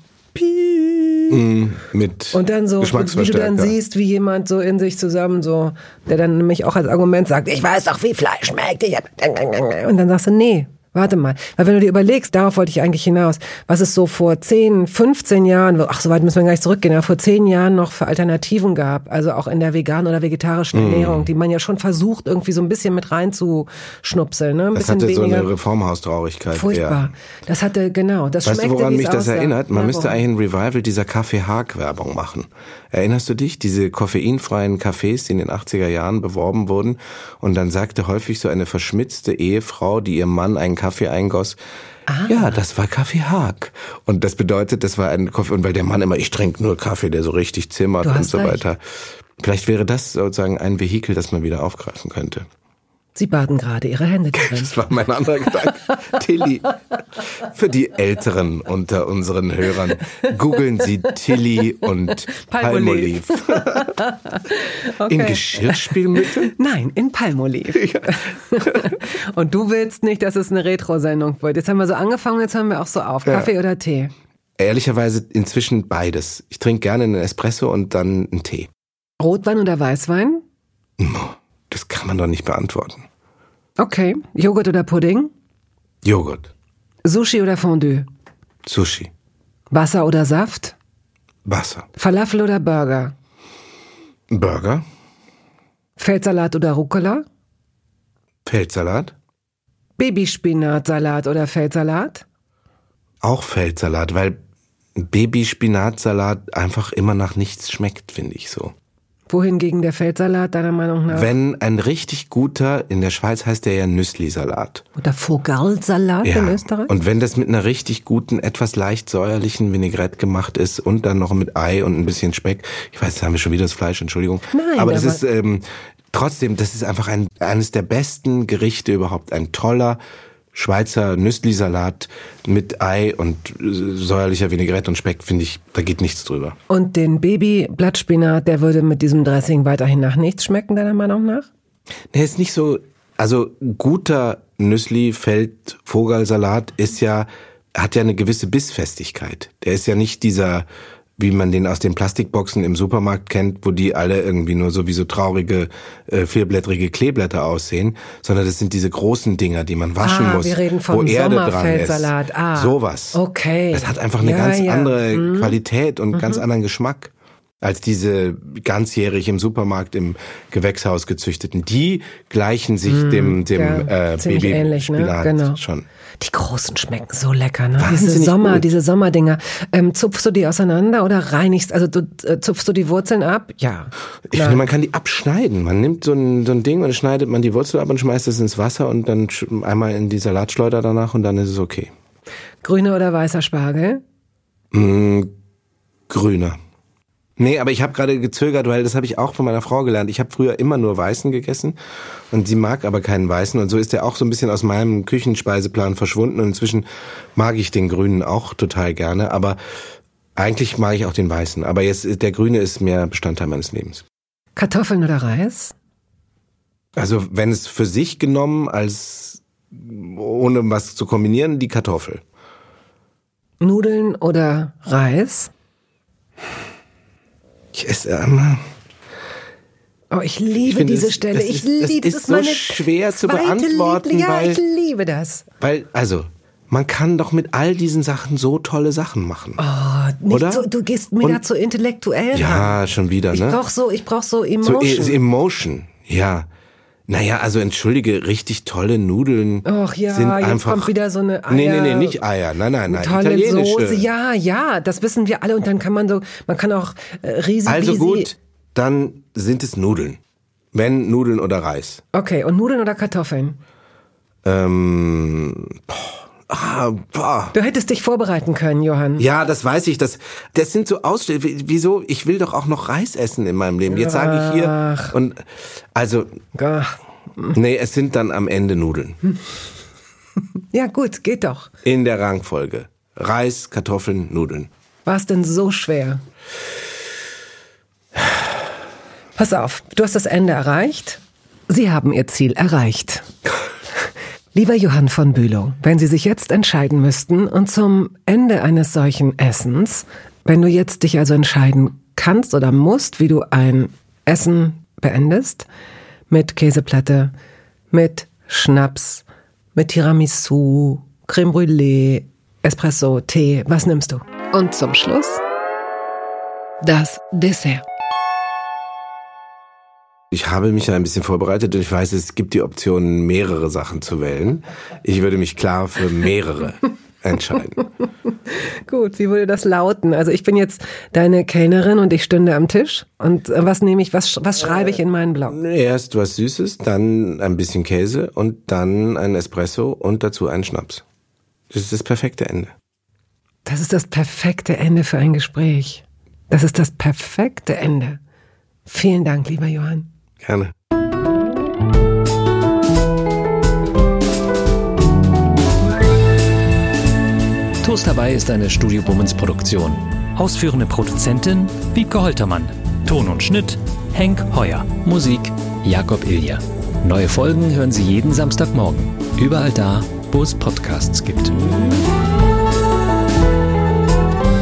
A: Piep.
B: Mm, mit
A: Und dann so, wie du
B: Geschmacksverstärker.
A: dann siehst, wie jemand so in sich zusammen so, der dann nämlich auch als Argument sagt, ich weiß doch, wie Fleisch schmeckt. Ich hab und dann sagst du, nee, warte mal. Weil wenn du dir überlegst, darauf wollte ich eigentlich hinaus, was es so vor zehn, fünfzehn Jahren, ach, so weit müssen wir gar nicht zurückgehen, ja, vor zehn Jahren noch für Alternativen gab, also auch in der veganen oder vegetarischen
B: Mm.
A: Ernährung, die man ja schon versucht, irgendwie so ein bisschen mit reinzuschnupseln, ne? Ein
B: Das
A: bisschen
B: hatte so
A: weniger
B: eine Reformhaustraurigkeit.
A: furchtbar.
B: eher.
A: Das hatte, genau, das
B: Weißt du,
A: schmeckte,
B: woran
A: wie
B: mich
A: es
B: das
A: aussah.
B: erinnert? Man
A: Ja,
B: müsste
A: woran?
B: eigentlich ein Revival dieser Kaffee Haag-Werbung machen. Erinnerst du dich? Diese koffeinfreien Cafés, die in den achtziger Jahren beworben wurden. Und dann sagte häufig so eine verschmitzte Ehefrau, die ihrem Mann einen Kaffee eingoss,
A: Ah.
B: ja, das war Kaffee Haag. Und das bedeutet, das war ein Kaffee, und weil der Mann immer, ich trinke nur Kaffee, der so richtig zimmert
A: Du
B: und
A: hast
B: so
A: recht.
B: weiter. Vielleicht wäre das sozusagen ein Vehikel, das man wieder aufgreifen könnte.
A: Sie baden gerade ihre Hände darin.
B: Das war mein anderer Gedanke. Tilly. Für die Älteren unter unseren Hörern, googeln Sie Tilly und
A: Palmolive.
B: Palmolive.
A: Okay.
B: In Geschirrspülmittel?
A: Nein, in Palmolive. Und du willst nicht, dass es eine Retro-Sendung wird. Jetzt haben wir so angefangen, jetzt hören wir auch so auf.
B: Ja.
A: Kaffee oder Tee?
B: ehrlicherweise inzwischen beides. Ich trinke gerne einen Espresso und dann einen Tee.
A: Rotwein oder Weißwein?
B: Das kann man doch nicht beantworten.
A: Okay. Joghurt oder Pudding?
B: Joghurt.
A: Sushi oder Fondue?
B: Sushi.
A: Wasser oder Saft?
B: Wasser.
A: Falafel oder Burger?
B: Burger.
A: Feldsalat oder Rucola?
B: Feldsalat.
A: Babyspinatsalat oder Feldsalat?
B: Auch Feldsalat, weil Babyspinatsalat einfach immer nach nichts schmeckt, finde ich so.
A: Wohingegen der Feldsalat deiner Meinung nach?
B: Wenn ein richtig guter, in der Schweiz heißt der ja Nüssli-Salat.
A: Oder Vogelsalat
B: ja.
A: in Österreich?
B: Und wenn das mit einer richtig guten, etwas leicht säuerlichen Vinaigrette gemacht ist und dann noch mit Ei und ein bisschen Speck. Ich weiß, da haben wir schon wieder das Fleisch, Entschuldigung.
A: Nein,
B: aber das
A: aber
B: ist ähm, trotzdem, das ist einfach ein, eines der besten Gerichte überhaupt. Ein toller Schweizer Nüssli-Salat mit Ei und säuerlicher Vinaigrette und Speck, finde ich, da geht nichts drüber.
A: Und den Baby-Blattspinat, der würde mit diesem Dressing weiterhin nach nichts schmecken, deiner Meinung nach?
B: Nee, ist nicht so, also guter Nüssli-Feld-Vogelsalat ist ja, hat ja eine gewisse Bissfestigkeit. Der ist ja nicht dieser, wie man den aus den Plastikboxen im Supermarkt kennt, wo die alle irgendwie nur so wie so traurige, äh, vierblättrige Kleeblätter aussehen, sondern das sind diese großen Dinger, die man waschen
A: ah,
B: muss,
A: wir reden vom
B: wo Erde dran ist.
A: Sommerfeldsalat. Ah,
B: sowas.
A: Okay.
B: Das hat einfach eine
A: ja,
B: ganz
A: ja.
B: andere
A: mhm.
B: Qualität und
A: mhm.
B: ganz anderen Geschmack als diese ganzjährig im Supermarkt im Gewächshaus gezüchteten. Die gleichen sich mm, dem, dem
A: ja,
B: äh,
A: ne?
B: Babyspinat
A: Genau.
B: schon.
A: Die großen schmecken so lecker, ne?
B: Wahnsinnig
A: Diese Sommer,
B: gut.
A: diese Sommerdinger. Ähm, zupfst du die auseinander oder reinigst? Also du äh, zupfst du die Wurzeln ab? Ja.
B: Ich finde, man kann die abschneiden. Man nimmt so ein, so ein Ding und dann schneidet man die Wurzel ab und schmeißt es ins Wasser und dann einmal in die Salatschleuder danach und dann ist es okay.
A: Grüner oder weißer Spargel?
B: Mm, grüner. Nee, aber ich habe gerade gezögert, weil das habe ich auch von meiner Frau gelernt. Ich habe früher immer nur Weißen gegessen und sie mag aber keinen Weißen. Und so ist der auch so ein bisschen aus meinem Küchenspeiseplan verschwunden. Und inzwischen mag ich den Grünen auch total gerne. Aber eigentlich mag ich auch den Weißen. Aber jetzt der Grüne ist mehr Bestandteil meines Lebens.
A: Kartoffeln oder Reis?
B: Also wenn es für sich genommen, als ohne was zu kombinieren, die Kartoffel.
A: Nudeln oder Reis?
B: Ich esse immer.
A: Oh, ich liebe ich finde, diese das, Stelle.
B: Das
A: ich
B: ist,
A: liebe
B: das. Das ist so schwer zu beantworten,
A: Liebling. Ja,
B: weil,
A: ich liebe das.
B: Weil, also, man kann doch mit all diesen Sachen so tolle Sachen machen.
A: Oh, nicht
B: oder?
A: So, du gehst mir da zu intellektuell ran.
B: Ja, schon wieder,
A: ich
B: ne?
A: Brauch so, ich brauch so Emotion.
B: So Emotion, ja. Naja, also entschuldige, richtig tolle Nudeln
A: Och ja,
B: sind
A: jetzt
B: einfach...
A: kommt wieder so eine Eier...
B: Nee, nee, nee, nicht Eier, nein, nein, nein,
A: tolle
B: italienische.
A: Soße, ja, ja, das wissen wir alle und dann kann man so, man kann auch äh, riesig...
B: Also gut, dann sind es Nudeln. Wenn Nudeln oder Reis.
A: Okay, und Nudeln oder Kartoffeln?
B: Ähm... Boah. Ah, boah.
A: Du hättest dich vorbereiten können, Johann.
B: Ja, das weiß ich. Das, das sind so Ausstellungen. Wieso? Ich will doch auch noch Reis essen in meinem Leben. Jetzt sage ich hier... Und also...
A: Ach.
B: Nee, es sind dann am Ende Nudeln.
A: Ja gut, geht doch.
B: In der Rangfolge. Reis, Kartoffeln, Nudeln.
A: War es denn so schwer? Pass auf, du hast das Ende erreicht. Sie haben Ihr Ziel erreicht. Lieber Johann von Bülow, wenn Sie sich jetzt entscheiden müssten und zum Ende eines solchen Essens, wenn du jetzt dich also entscheiden kannst oder musst, wie du ein Essen beendest, mit Käseplatte, mit Schnaps, mit Tiramisu, Creme Brûlée, Espresso, Tee, was nimmst du? Und zum Schluss das Dessert.
B: Ich habe mich ja ein bisschen vorbereitet und ich weiß, es gibt die Option, mehrere Sachen zu wählen. Ich würde mich klar für mehrere entscheiden.
A: Gut, wie würde das lauten? Also ich bin jetzt deine Kellnerin und ich stünde am Tisch. Und was nehme ich, was, was schreibe ich in meinen Blog?
B: Erst was Süßes, dann ein bisschen Käse und dann ein Espresso und dazu einen Schnaps. Das ist das perfekte Ende.
A: Das ist das perfekte Ende für ein Gespräch. Das ist das perfekte Ende. Vielen Dank, lieber Johann.
B: Gerne.
C: Toast dabei ist eine Studio Bummens Produktion. Ausführende Produzentin Wiebke Holtermann. Ton und Schnitt Henk Heuer. Musik Jakob Ilja. Neue Folgen hören Sie jeden Samstagmorgen. Überall da, wo es Podcasts gibt.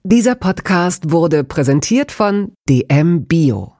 A: Dieser Podcast wurde präsentiert von D M Bio.